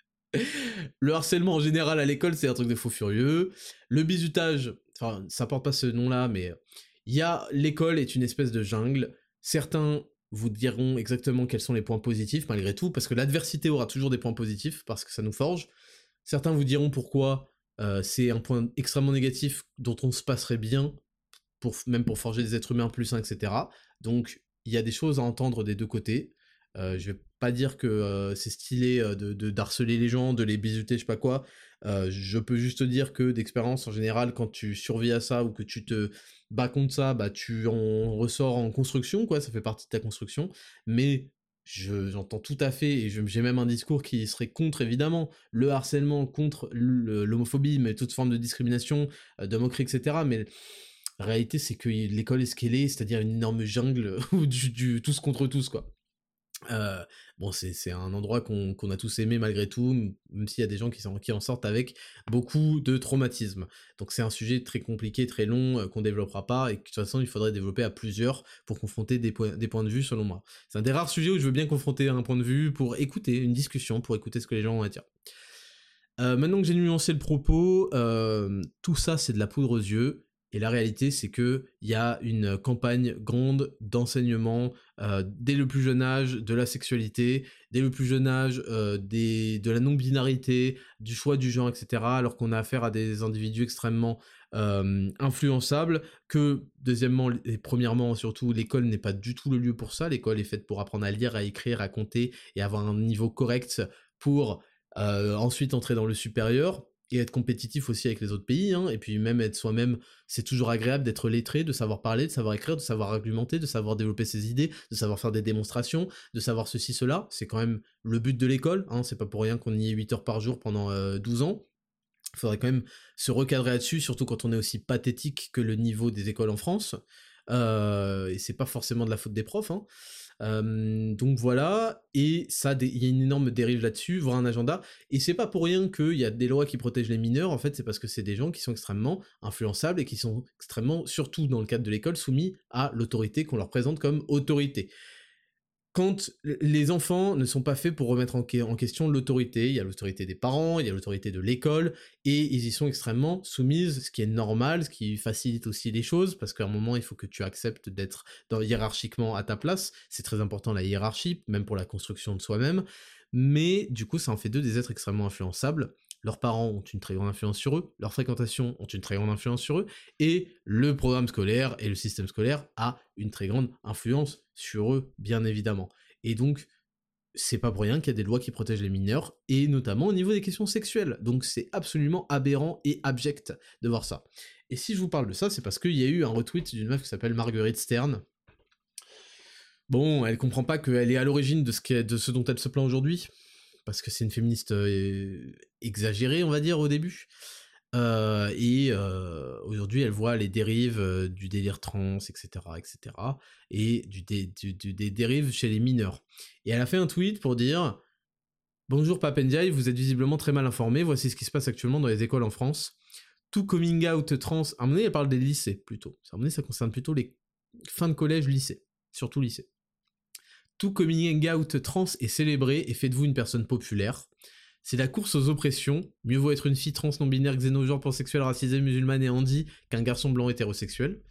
Le harcèlement en général à l'école, c'est un truc de fou furieux. Le bizutage, enfin, ça porte pas ce nom-là, mais l'école est une espèce de jungle. Certains vous diront exactement quels sont les points positifs, malgré tout, parce que l'adversité aura toujours des points positifs, parce que ça nous forge. Certains vous diront pourquoi c'est un point extrêmement négatif dont on se passerait bien, même pour forger des êtres humains plus sains, etc. Donc, il y a des choses à entendre des deux côtés. Je vais pas dire que c'est stylé d'harceler les gens, de les bisuter, je sais pas quoi. Je peux juste dire que d'expérience, en général, quand tu survis à ça ou que tu te bats contre ça, bah tu en ressors en construction, quoi, ça fait partie de ta construction. Mais j'entends tout à fait, et j'ai même un discours qui serait contre, évidemment, le harcèlement, contre l'homophobie, mais toute forme de discrimination, de moquerie, etc. Mais la réalité, c'est que l'école est ce qu'elle est, c'est-à-dire une énorme jungle où du tous contre tous, quoi. Bon, c'est un endroit qu'on a tous aimé malgré tout, même s'il y a des gens qui en sortent avec beaucoup de traumatisme. Donc c'est un sujet très compliqué, très long, qu'on développera pas, et que de toute façon il faudrait développer à plusieurs pour confronter des points de vue selon moi. C'est un des rares sujets où je veux bien confronter un point de vue pour écouter une discussion, pour écouter ce que les gens ont à dire. Maintenant que j'ai nuancé le propos, tout ça c'est de la poudre aux yeux, et la réalité c'est que il y a une campagne grande d'enseignement dès le plus jeune âge de la sexualité, dès le plus jeune âge de la non-binarité, du choix du genre, etc. Alors qu'on a affaire à des individus extrêmement influençables, que deuxièmement et premièrement surtout l'école n'est pas du tout le lieu pour ça. L'école est faite pour apprendre à lire, à écrire, à compter et avoir un niveau correct pour ensuite entrer dans le supérieur et être compétitif aussi avec les autres pays, hein, et puis même être soi-même, c'est toujours agréable d'être lettré, de savoir parler, de savoir écrire, de savoir argumenter, de savoir développer ses idées, de savoir faire des démonstrations, de savoir ceci, cela, c'est quand même le but de l'école, hein, c'est pas pour rien qu'on y est 8 heures par jour pendant 12 ans, il faudrait quand même se recadrer là-dessus, surtout quand on est aussi pathétique que le niveau des écoles en France, et c'est pas forcément de la faute des profs, hein. Donc voilà, et ça, il y a une énorme dérive là-dessus, voire un agenda, et c'est pas pour rien qu'il y a des lois qui protègent les mineurs, en fait, c'est parce que c'est des gens qui sont extrêmement influençables et qui sont extrêmement, surtout dans le cadre de l'école, soumis à l'autorité qu'on leur présente comme autorité. Quand les enfants ne sont pas faits pour remettre en question l'autorité, il y a l'autorité des parents, il y a l'autorité de l'école, et ils y sont extrêmement soumises, ce qui est normal, ce qui facilite aussi les choses, parce qu'à un moment, il faut que tu acceptes d'être hiérarchiquement à ta place, c'est très important la hiérarchie, même pour la construction de soi-même, mais du coup, ça en fait d'eux des êtres extrêmement influençables. Leurs parents ont une très grande influence sur eux, leurs fréquentations ont une très grande influence sur eux, et le programme scolaire et le système scolaire a une très grande influence sur eux, bien évidemment. Et donc, c'est pas pour rien qu'il y a des lois qui protègent les mineurs, et notamment au niveau des questions sexuelles. Donc c'est absolument aberrant et abject de voir ça. Et si je vous parle de ça, c'est parce qu'il y a eu un retweet d'une meuf qui s'appelle Marguerite Stern. Bon, elle comprend pas qu'elle est à l'origine de ce dont elle se plaint aujourd'hui, parce que c'est une féministe exagérée, on va dire, au début. Aujourd'hui, elle voit les dérives du délire trans, etc., etc., et des dérives chez les mineurs. Et elle a fait un tweet pour dire « Bonjour Pape Ndiaye, vous êtes visiblement très mal informé, voici ce qui se passe actuellement dans les écoles en France. Tout coming out trans... » À un moment donné, elle parle des lycées, plutôt. À un moment donné, ça concerne plutôt les fins de collège, lycée. Surtout lycée. Tout coming out trans est célébré et faites-vous une personne populaire. C'est la course aux oppressions. Mieux vaut être une fille trans non-binaire, xénogenre, pansexuelle, racisée, musulmane et handi qu'un garçon blanc hétérosexuel.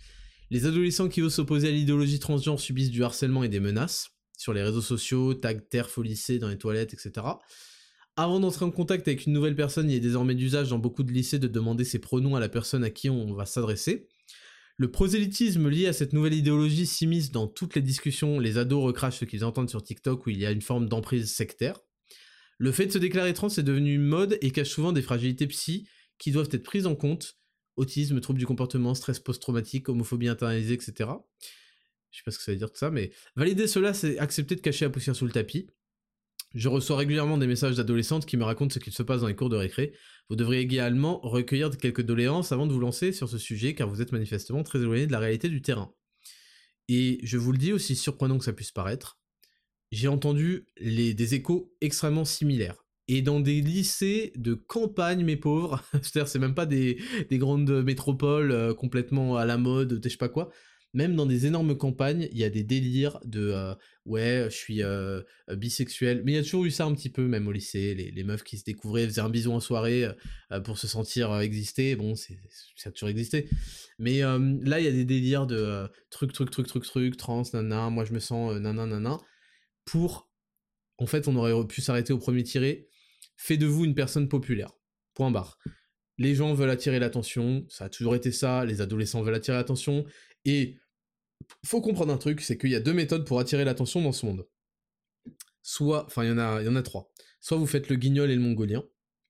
Les adolescents qui osent s'opposer à l'idéologie transgenre subissent du harcèlement et des menaces sur les réseaux sociaux, tag TERF au lycée, dans les toilettes, etc. Avant d'entrer en contact avec une nouvelle personne, il est désormais d'usage dans beaucoup de lycées de demander ses pronoms à la personne à qui on va s'adresser. Le prosélytisme lié à cette nouvelle idéologie s'immisce dans toutes les discussions, les ados recrachent ce qu'ils entendent sur TikTok où il y a une forme d'emprise sectaire. Le fait de se déclarer trans est devenu une mode et cache souvent des fragilités psy qui doivent être prises en compte, autisme, troubles du comportement, stress post-traumatique, homophobie internalisée, etc. Je sais pas ce que ça veut dire tout ça, mais valider cela, c'est accepter de cacher la poussière sous le tapis. Je reçois régulièrement des messages d'adolescentes qui me racontent ce qu'il se passe dans les cours de récré. Vous devriez également recueillir quelques doléances avant de vous lancer sur ce sujet, car vous êtes manifestement très éloigné de la réalité du terrain. Et je vous le dis, aussi surprenant que ça puisse paraître, j'ai entendu des échos extrêmement similaires. Et dans des lycées de campagne, mes pauvres, c'est-à-dire c'est même pas des grandes métropoles complètement à la mode, je sais pas quoi, même dans des énormes campagnes, il y a des délires de ouais, je suis bisexuel, mais il y a toujours eu ça un petit peu, même au lycée, les meufs qui se découvraient, faisaient un bisou en soirée pour se sentir exister, bon, ça a toujours existé, mais là il y a des délires de truc, trans, nana, moi je me sens nana, pour, en fait on aurait pu s'arrêter au premier tiré, fait de vous une personne populaire, point barre. Les gens veulent attirer l'attention, ça a toujours été ça, les adolescents veulent attirer l'attention, et faut comprendre un truc, c'est qu'il y a deux méthodes pour attirer l'attention dans ce monde. Soit, enfin il y en a trois. Soit vous faites le guignol et le mongolien,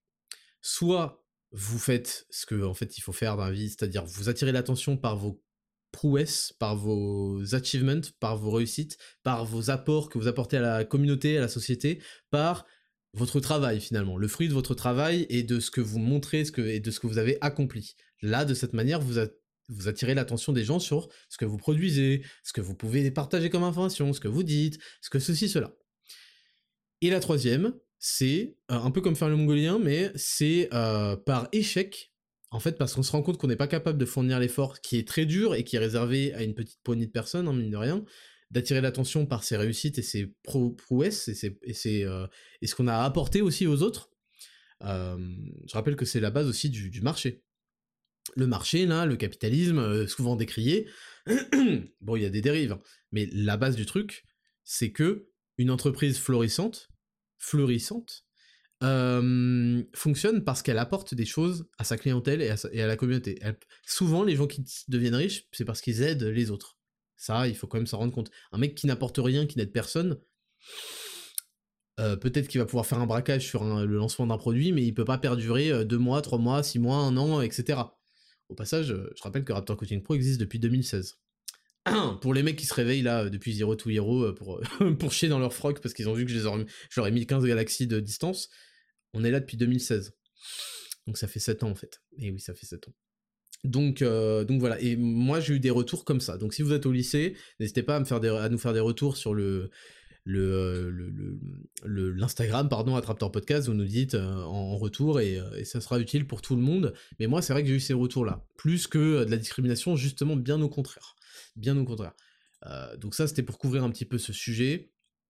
soit vous faites ce que en fait il faut faire dans la vie, c'est-à-dire vous attirez l'attention par vos prouesses, par vos achievements, par vos réussites, par vos apports que vous apportez à la communauté, à la société, par votre travail finalement, le fruit de votre travail et de ce que vous montrez et de ce que vous avez accompli. Là, de cette manière, vous attirez l'attention des gens sur ce que vous produisez, ce que vous pouvez partager comme information, ce que vous dites, ce que ceci, cela. Et la troisième, c'est un peu comme faire le mongolien, mais c'est par échec, en fait, parce qu'on se rend compte qu'on n'est pas capable de fournir l'effort qui est très dur et qui est réservé à une petite poignée de personnes, hein, mine de rien, d'attirer l'attention par ses réussites et ses prouesses et ce qu'on a apporté aussi aux autres. Je rappelle que c'est la base aussi du marché. Le marché, là, le capitalisme, souvent décrié, bon, il y a des dérives, hein, mais la base du truc, c'est que une entreprise fleurissante, fonctionne parce qu'elle apporte des choses à sa clientèle et à la communauté. Souvent, les gens qui deviennent riches, c'est parce qu'ils aident les autres. Ça, il faut quand même s'en rendre compte. Un mec qui n'apporte rien, qui n'aide personne, peut-être qu'il va pouvoir faire un braquage sur le lancement d'un produit, mais il peut pas perdurer 2 mois, 3 mois, 6 mois, 1 an, etc. Au passage, je rappelle que Raptor Coaching Pro existe depuis 2016. Pour les mecs qui se réveillent là depuis Zero to Hero pour chier dans leur froc parce qu'ils ont vu que je leur ai mis 15 galaxies de distance, on est là depuis 2016. Donc ça fait 7 ans en fait. Et oui, ça fait 7 ans. Donc voilà, et moi j'ai eu des retours comme ça. Donc si vous êtes au lycée, n'hésitez pas à nous faire des retours sur l'Instagram, pardon, Attraptor Podcast, vous nous dites en retour et ça sera utile pour tout le monde. Mais moi c'est vrai que j'ai eu ces retours-là. Plus que de la discrimination, justement, bien au contraire. Bien au contraire. Donc ça c'était pour couvrir un petit peu ce sujet.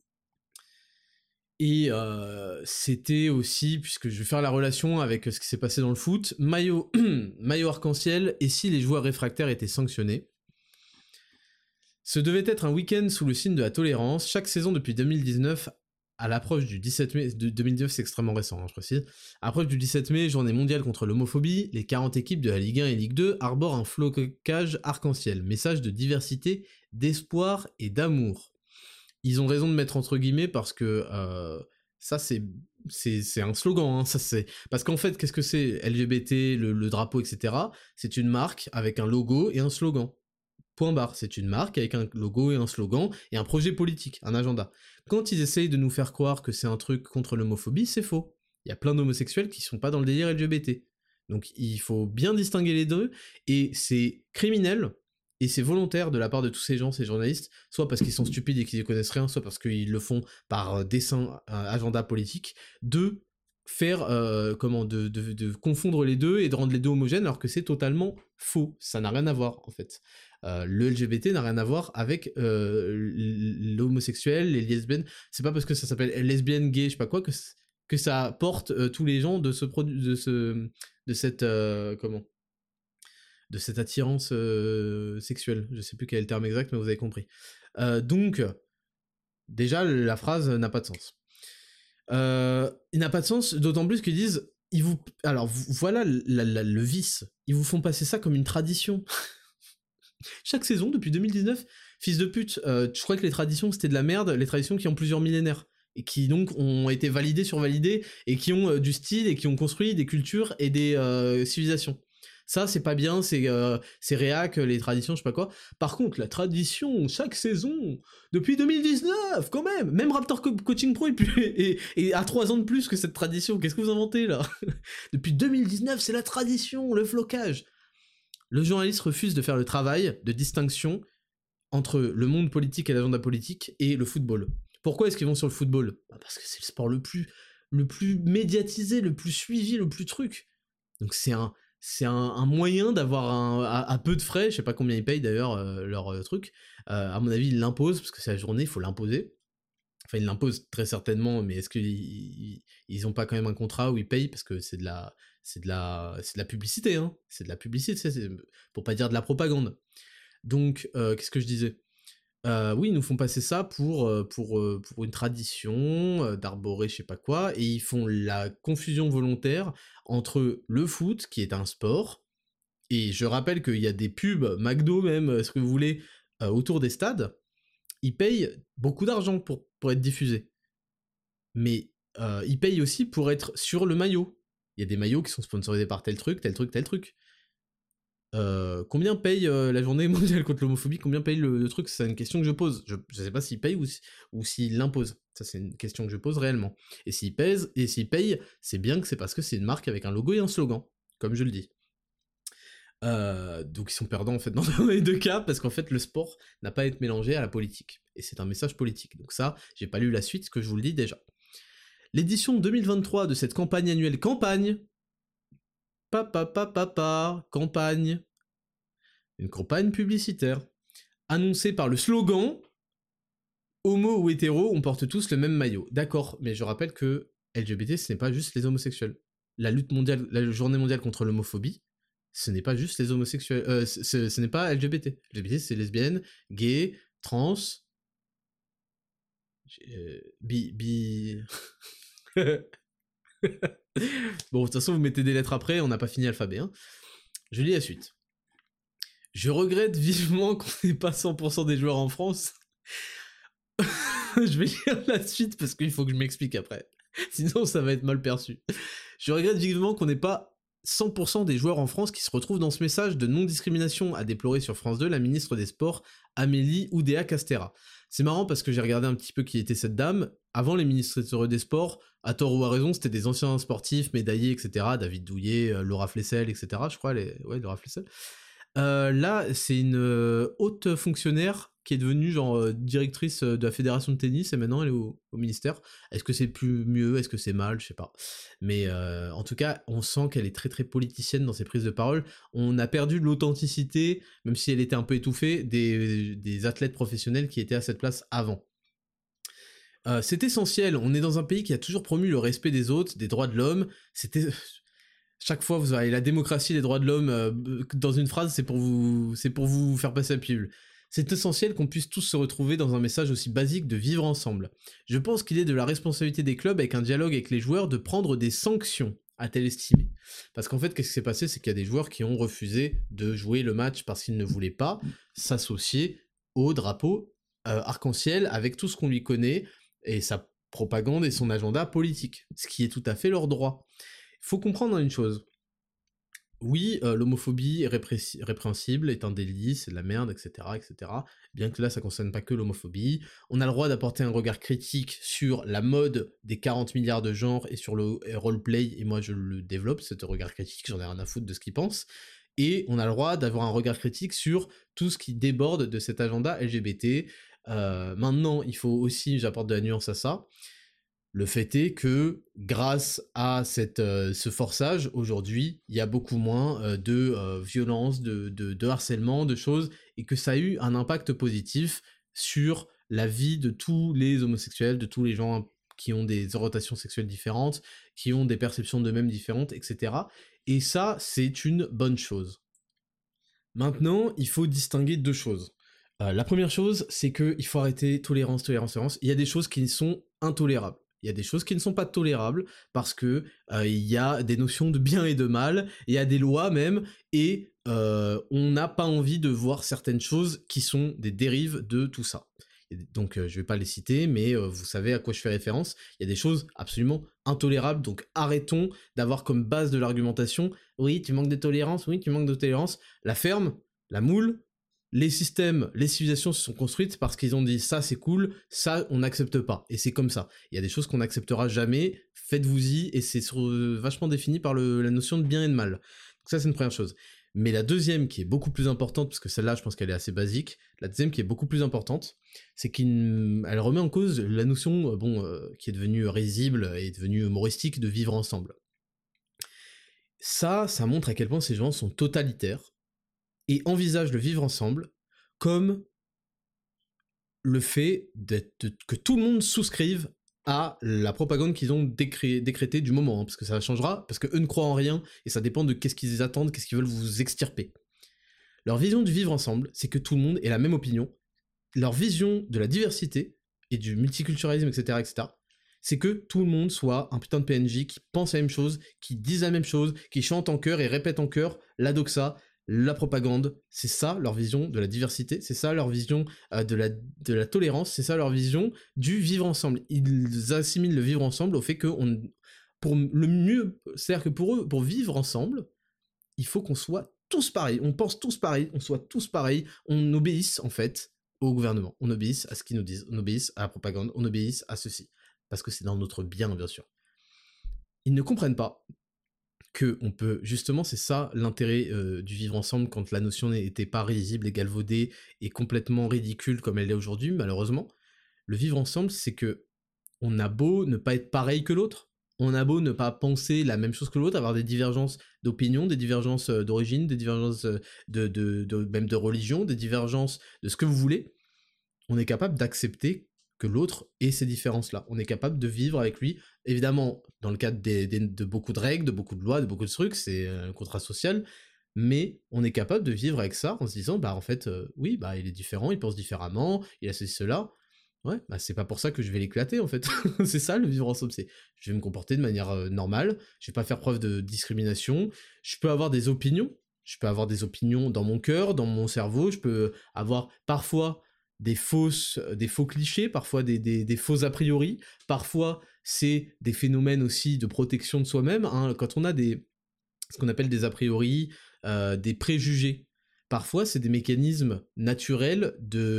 Et c'était aussi, puisque je vais faire la relation avec ce qui s'est passé dans le foot, maillot arc-en-ciel, et si les joueurs réfractaires étaient sanctionnés. Ce devait être un week-end sous le signe de la tolérance. Chaque saison depuis 2019, à l'approche du 17 mai, 2019 c'est extrêmement récent, hein, je précise, à l'approche du 17 mai, journée mondiale contre l'homophobie, les 40 équipes de la Ligue 1 et Ligue 2 arborent un flocage arc-en-ciel, message de diversité, d'espoir et d'amour. Ils ont raison de mettre entre guillemets parce que ça c'est un slogan, hein, ça c'est parce qu'en fait qu'est-ce que c'est LGBT, le drapeau, etc. C'est une marque avec un logo et un slogan. Point barre, c'est une marque avec un logo et un slogan et un projet politique, un agenda. Quand ils essayent de nous faire croire que c'est un truc contre l'homophobie, c'est faux. Il y a plein d'homosexuels qui sont pas dans le délire LGBT. Donc il faut bien distinguer les deux, et c'est criminel, et c'est volontaire de la part de tous ces gens, ces journalistes, soit parce qu'ils sont stupides et qu'ils ne connaissent rien, soit parce qu'ils le font par dessein, agenda politique, de faire, de confondre les deux et de rendre les deux homogènes, alors que c'est totalement faux. Ça n'a rien à voir, en fait. Le LGBT n'a rien à voir avec l'homosexuel, les lesbiennes. C'est pas parce que ça s'appelle lesbienne, gay, je sais pas quoi, que ça porte tous les gens de cette de cette attirance sexuelle. Je sais plus quel est le terme exact, mais vous avez compris. Donc, déjà, la phrase n'a pas de sens. Il n'a pas de sens, d'autant plus qu'ils disent, alors voilà le vice, ils vous font passer ça comme une tradition. Chaque saison, depuis 2019, fils de pute, je crois que les traditions c'était de la merde, les traditions qui ont plusieurs millénaires, et qui donc ont été validées, survalidées, et qui ont du style, et qui ont construit des cultures et des civilisations. Ça, c'est pas bien, c'est réac, les traditions, je sais pas quoi. Par contre, la tradition, chaque saison, depuis 2019, quand même Raptor Coaching Pro et a 3 ans de plus que cette tradition, qu'est-ce que vous inventez, là? Depuis 2019, c'est la tradition, le flocage. Le journaliste refuse de faire le travail de distinction entre le monde politique et l'agenda politique et le football. Pourquoi est-ce qu'ils vont sur le football? Parce que c'est le sport le plus médiatisé, le plus suivi, le plus truc. Donc c'est un moyen d'avoir à peu de frais, je sais pas combien ils payent d'ailleurs leur truc, à mon avis ils l'imposent, parce que c'est la journée, il faut l'imposer. Enfin ils l'imposent très certainement, mais est-ce qu'ils ont pas quand même un contrat où ils payent, parce que c'est de la publicité, hein. C'est de la publicité, pour pas dire de la propagande. Donc, qu'est-ce que je disais? Oui, ils nous font passer ça pour une tradition d'arborer je sais pas quoi, et ils font la confusion volontaire entre le foot, qui est un sport, et je rappelle qu'il y a des pubs, McDo même, ce que vous voulez, autour des stades, ils payent beaucoup d'argent pour être diffusés. Mais ils payent aussi pour être sur le maillot. Il y a des maillots qui sont sponsorisés par tel truc, tel truc, tel truc. Combien paye la journée mondiale contre l'homophobie? Combien paye le truc? C'est une question que je pose. Je sais pas s'il paye ou s'il l'impose. Ça, c'est une question que je pose réellement. Et s'il paye, c'est bien que c'est parce que c'est une marque avec un logo et un slogan, comme je le dis. Donc ils sont perdants en fait dans les deux cas, parce qu'en fait le sport n'a pas à être mélangé à la politique. Et c'est un message politique. Donc ça, j'ai pas lu la suite, que je vous le dis déjà. L'édition 2023 de cette campagne annuelle campagne, campagne, une campagne publicitaire, annoncée par le slogan « Homo ou hétéro, on porte tous le même maillot ». D'accord, mais je rappelle que LGBT, ce n'est pas juste les homosexuels. La journée mondiale contre l'homophobie, ce n'est pas juste les homosexuels, ce n'est pas LGBT. LGBT, c'est lesbiennes, gays, trans, Bon, de toute façon, vous mettez des lettres après, on n'a pas fini l'alphabet. Hein. Je lis la suite. Je regrette vivement qu'on n'ait pas 100% des joueurs en France. Je vais lire la suite parce qu'il faut que je m'explique après. Sinon, ça va être mal perçu. Je regrette vivement qu'on n'ait pas 100% des joueurs en France qui se retrouvent dans ce message de non-discrimination, a déploré sur France 2 la ministre des Sports, Amélie Oudéa-Castéra. C'est marrant parce que j'ai regardé un petit peu qui était cette dame. Avant, les ministres des Sports, à tort ou à raison, c'était des anciens sportifs, médaillés, etc. David Douillet, Laura Flessel, etc. Je crois, Laura Flessel. Là, c'est une haute fonctionnaire qui est devenue genre directrice de la fédération de tennis, et maintenant elle est au ministère. Est-ce que c'est mieux? Est-ce que c'est mal? Je sais pas. Mais en tout cas, on sent qu'elle est très très politicienne dans ses prises de parole. On a perdu de l'authenticité, même si elle était un peu étouffée, des athlètes professionnels qui étaient à cette place avant. C'est essentiel, on est dans un pays qui a toujours promu le respect des autres, des droits de l'homme. Chaque fois, vous avez la démocratie, les droits de l'homme, dans une phrase, c'est pour vous faire passer la pilule. C'est essentiel qu'on puisse tous se retrouver dans un message aussi basique de vivre ensemble. Je pense qu'il est de la responsabilité des clubs, avec un dialogue avec les joueurs, de prendre des sanctions, a-t-elle estimé. Parce qu'en fait, qu'est-ce qui s'est passé? C'est qu'il y a des joueurs qui ont refusé de jouer le match parce qu'ils ne voulaient pas s'associer au drapeau arc-en-ciel avec tout ce qu'on lui connaît, et sa propagande et son agenda politique, ce qui est tout à fait leur droit. Il faut comprendre une chose. Oui, l'homophobie est répréhensible, est un délit, c'est de la merde, etc., etc. Bien que là, ça concerne pas que l'homophobie. On a le droit d'apporter un regard critique sur la mode des 40 milliards de genres et sur le roleplay, et moi je le développe, ce regard critique, j'en ai rien à foutre de ce qu'ils pensent. Et on a le droit d'avoir un regard critique sur tout ce qui déborde de cet agenda LGBT. Maintenant, il faut aussi, j'apporte de la nuance à ça, le fait est que, grâce à ce forçage, aujourd'hui, il y a beaucoup moins de violence, de harcèlement, de choses, et que ça a eu un impact positif sur la vie de tous les homosexuels, de tous les gens qui ont des orientations sexuelles différentes, qui ont des perceptions d'eux-mêmes différentes, etc. Et ça, c'est une bonne chose. Maintenant, il faut distinguer deux choses. La première chose, c'est qu'il faut arrêter tolérance, tolérance, tolérance. Il y a des choses qui sont intolérables. Il y a des choses qui ne sont pas tolérables parce que il y a des notions de bien et de mal, il y a des lois même, et on n'a pas envie de voir certaines choses qui sont des dérives de tout ça. Donc je vais pas les citer, mais vous savez à quoi je fais référence. Il y a des choses absolument intolérables, donc arrêtons d'avoir comme base de l'argumentation, oui tu manques de tolérance, oui tu manques de tolérance. La ferme, la moule, les systèmes, les civilisations se sont construites parce qu'ils ont dit ça c'est cool, ça on n'accepte pas, et c'est comme ça. Il y a des choses qu'on n'acceptera jamais, faites-vous-y, et c'est vachement défini par la notion de bien et de mal. Donc ça c'est une première chose. Mais la deuxième qui est beaucoup plus importante, parce que celle-là je pense qu'elle est assez basique, la deuxième qui est beaucoup plus importante, c'est qu'elle remet en cause la notion, qui est devenue risible et devenue humoristique de vivre ensemble. Ça montre à quel point ces gens sont totalitaires, et envisagent le vivre ensemble comme le fait que tout le monde souscrive à la propagande qu'ils ont décrétée du moment, hein, parce que ça changera, parce qu'eux ne croient en rien, et ça dépend de qu'est-ce qu'ils attendent, qu'est-ce qu'ils veulent vous extirper. Leur vision du vivre ensemble, c'est que tout le monde ait la même opinion. Leur vision de la diversité, et du multiculturalisme, etc., c'est que tout le monde soit un putain de PNJ qui pense la même chose, qui dise la même chose, qui chante en chœur et répète en chœur la doxa, la propagande. C'est ça leur vision de la diversité, c'est ça leur vision de la tolérance, c'est ça leur vision du vivre ensemble. Ils assimilent le vivre ensemble au fait que pour le mieux, c'est-à-dire que pour eux, pour vivre ensemble, il faut qu'on soit tous pareils, on pense tous pareil, on soit tous pareils, on obéisse en fait au gouvernement, on obéisse à ce qu'ils nous disent, on obéisse à la propagande, on obéisse à ceci, parce que c'est dans notre bien bien sûr. Ils ne comprennent pas que on peut, justement, c'est ça l'intérêt du vivre ensemble quand la notion n'était pas risible et galvaudée et complètement ridicule comme elle est aujourd'hui, malheureusement. Le vivre ensemble, c'est que on a beau ne pas être pareil que l'autre, on a beau ne pas penser la même chose que l'autre, avoir des divergences d'opinion, des divergences d'origine, des divergences même de religion, des divergences de ce que vous voulez, on est capable d'accepter que l'autre ait ces différences-là. On est capable de vivre avec lui, évidemment, dans le cadre de beaucoup de règles, de beaucoup de lois, de beaucoup de trucs, c'est un contrat social, mais on est capable de vivre avec ça en se disant, bah en fait, oui, bah il est différent, il pense différemment, il a ceci, cela. Ouais, bah c'est pas pour ça que je vais l'éclater en fait. C'est ça le vivre ensemble, c'est je vais me comporter de manière normale, je vais pas faire preuve de discrimination, je peux avoir des opinions, dans mon cœur, dans mon cerveau, je peux avoir parfois des faux clichés, parfois des faux a priori, parfois c'est des phénomènes aussi de protection de soi-même, hein, quand on a ce qu'on appelle des a priori, des préjugés, parfois c'est des mécanismes naturels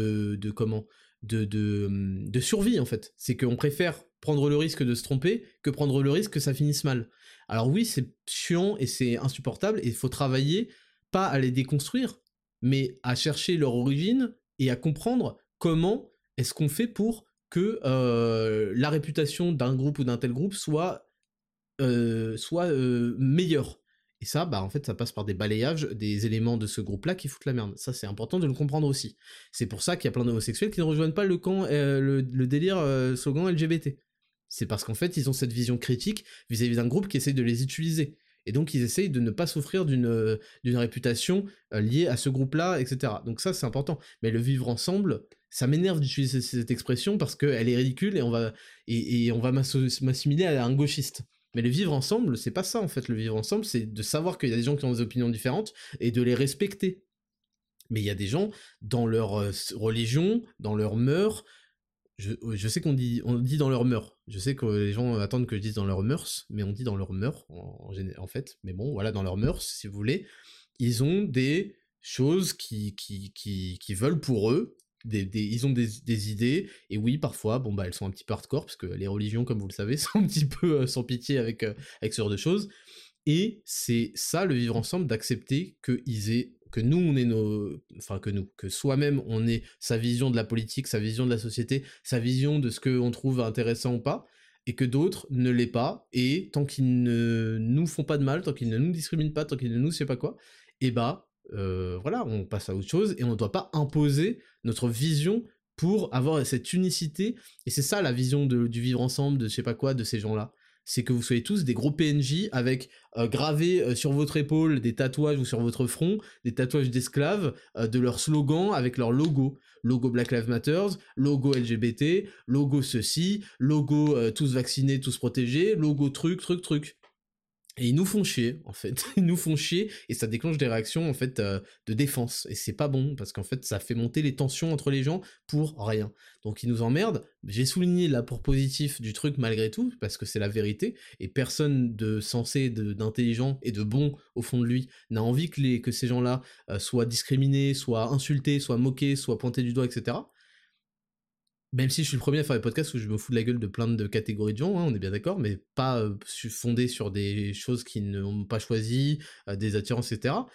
de survie en fait. C'est qu'on préfère prendre le risque de se tromper que prendre le risque que ça finisse mal. Alors oui, c'est chiant et c'est insupportable et il faut travailler, pas à les déconstruire, mais à chercher leur origine et à comprendre comment est-ce qu'on fait pour que la réputation d'un groupe ou d'un tel groupe soit meilleure. Et ça, bah en fait, ça passe par des balayages des éléments de ce groupe-là qui foutent la merde. Ça, c'est important de le comprendre aussi. C'est pour ça qu'il y a plein d'homosexuels qui ne rejoignent pas le camp, le délire slogan LGBT. C'est parce qu'en fait, ils ont cette vision critique vis-à-vis d'un groupe qui essaye de les utiliser. Et donc, ils essayent de ne pas souffrir d'une réputation liée à ce groupe-là, etc. Donc ça, c'est important. Mais le vivre ensemble, ça m'énerve d'utiliser cette expression parce qu'elle est ridicule et on va m'assimiler à un gauchiste. Mais le vivre ensemble, c'est pas ça en fait. Le vivre ensemble, c'est de savoir qu'il y a des gens qui ont des opinions différentes et de les respecter. Mais il y a des gens, dans leur religion, dans leur mœurs, je sais qu'on dit dans leur mœurs. Je sais que les gens attendent que je dise dans leurs mœurs, mais on dit dans leur mœurs en fait. Mais bon, voilà, dans leurs mœurs, si vous voulez, ils ont des choses qui veulent pour eux. Ils ont des idées, et oui, parfois, bon bah elles sont un petit peu hardcore, parce que les religions, comme vous le savez, sont un petit peu sans pitié avec ce genre de choses, et c'est ça le vivre ensemble, d'accepter que nous on ait que soi-même on ait sa vision de la politique, sa vision de la société, sa vision de ce qu'on trouve intéressant ou pas, et que d'autres ne l'aient pas, et tant qu'ils ne nous font pas de mal, tant qu'ils ne nous discriminent pas, tant qu'ils ne nous sais pas quoi, et bah voilà, on passe à autre chose, et on ne doit pas imposer notre vision pour avoir cette unicité, et c'est ça la vision du vivre ensemble, de je sais pas quoi, de ces gens-là. c'est que vous soyez tous des gros PNJ avec gravé sur votre épaule des tatouages ou sur votre front, des tatouages d'esclaves, de leur slogan avec leur logo. Logo Black Lives Matter, logo LGBT, logo ceci, logo tous vaccinés, tous protégés, logo truc. Et ils nous font chier, en fait. Ils nous font chier, et ça déclenche des réactions, en fait, de défense. Et c'est pas bon, parce qu'en fait, ça fait monter les tensions entre les gens pour rien. Donc ils nous emmerdent. J'ai souligné l'apport positif du truc malgré tout, parce que c'est la vérité, et personne de sensé, d'intelligent et de bon au fond de lui n'a envie que ces gens-là soient discriminés, soient insultés, soient moqués, soient pointés du doigt, etc. Même si je suis le premier à faire des podcasts où je me fous de la gueule de plein de catégories de gens, hein, on est bien d'accord, mais pas fondé sur des choses qu'ils n'ont pas choisies, des attirances, etc.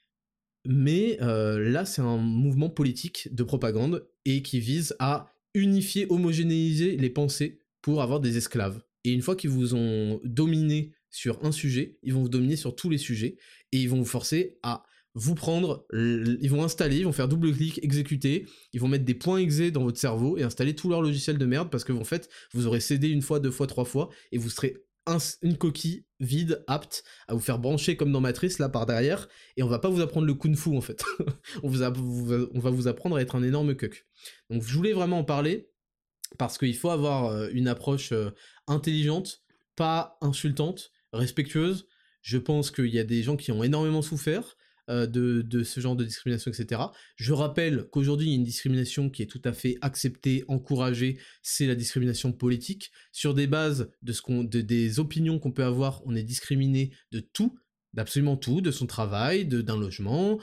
Mais là, c'est un mouvement politique de propagande et qui vise à unifier, homogénéiser les pensées pour avoir des esclaves. Et une fois qu'ils vous ont dominé sur un sujet, ils vont vous dominer sur tous les sujets et ils vont vous forcer à vous prendre, ils vont installer, ils vont faire double-clic, exécuter, ils vont mettre des points exe dans votre cerveau et installer tout leur logiciel de merde parce que en fait, vous aurez cédé une fois, deux fois, trois fois et vous serez une coquille vide, apte à vous faire brancher comme dans Matrice là par derrière, et on va pas vous apprendre le kung-fu en fait. on va vous apprendre à être un énorme cuck. Donc je voulais vraiment en parler parce qu'il faut avoir une approche intelligente, pas insultante, respectueuse. Je pense qu'il y a des gens qui ont énormément souffert de ce genre de discrimination, etc. Je rappelle qu'aujourd'hui, il y a une discrimination qui est tout à fait acceptée, encouragée, c'est la discrimination politique. Sur des bases des opinions qu'on peut avoir, on est discriminé de tout, d'absolument tout, de son travail, d'un logement,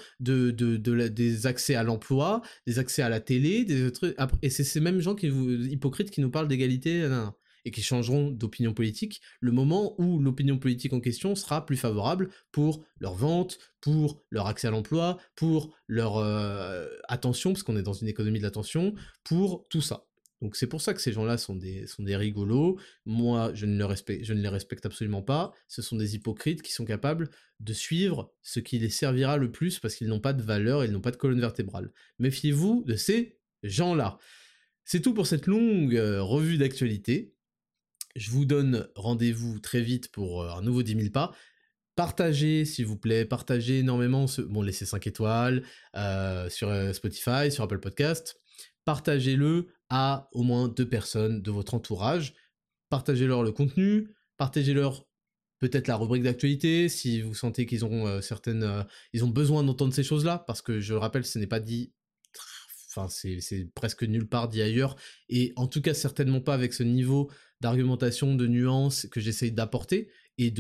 des accès à l'emploi, des accès à la télé, des trucs. Et c'est ces mêmes gens hypocrites qui nous parlent d'égalité, et qui changeront d'opinion politique le moment où l'opinion politique en question sera plus favorable pour leur vente, pour leur accès à l'emploi, pour leur attention, parce qu'on est dans une économie de l'attention, pour tout ça. Donc c'est pour ça que ces gens-là sont des rigolos. Moi, je ne les respecte absolument pas. Ce sont des hypocrites qui sont capables de suivre ce qui les servira le plus parce qu'ils n'ont pas de valeur, ils n'ont pas de colonne vertébrale. Méfiez-vous de ces gens-là. C'est tout pour cette longue revue d'actualité. Je vous donne rendez-vous très vite pour un nouveau 10 000 pas. Partagez, s'il vous plaît, partagez énormément. Bon, laissez 5 étoiles sur Spotify, sur Apple Podcast. Partagez-le à au moins 2 personnes de votre entourage. Partagez-leur le contenu, partagez-leur peut-être la rubrique d'actualité, si vous sentez qu'ils ont ils ont besoin d'entendre ces choses-là, parce que je le rappelle, ce n'est pas dit... Enfin, c'est presque nulle part dit ailleurs, et en tout cas certainement pas avec ce niveau d'argumentation, de nuances que j'essaye d'apporter, et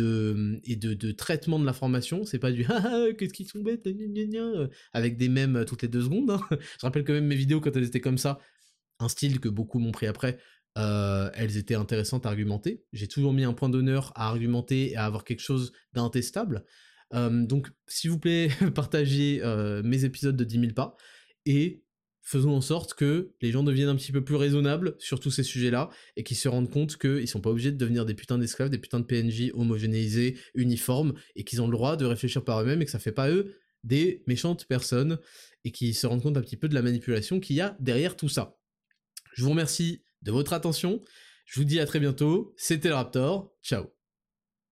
de traitement de l'information. C'est pas du qu'est-ce qu'ils sont bêtes, avec des mèmes toutes les 2 secondes. Hein. Je rappelle que même mes vidéos, quand elles étaient comme ça, un style que beaucoup m'ont pris après, elles étaient intéressantes à argumenter. J'ai toujours mis un point d'honneur à argumenter et à avoir quelque chose d'intestable. Donc, s'il vous plaît, partagez mes épisodes de 10 000 pas, et faisons en sorte que les gens deviennent un petit peu plus raisonnables sur tous ces sujets-là, et qu'ils se rendent compte qu'ils sont pas obligés de devenir des putains d'esclaves, des putains de PNJ homogénéisés, uniformes, et qu'ils ont le droit de réfléchir par eux-mêmes, et que ça fait pas eux des méchantes personnes, et qu'ils se rendent compte un petit peu de la manipulation qu'il y a derrière tout ça. Je vous remercie de votre attention, je vous dis à très bientôt, c'était le Raptor, ciao.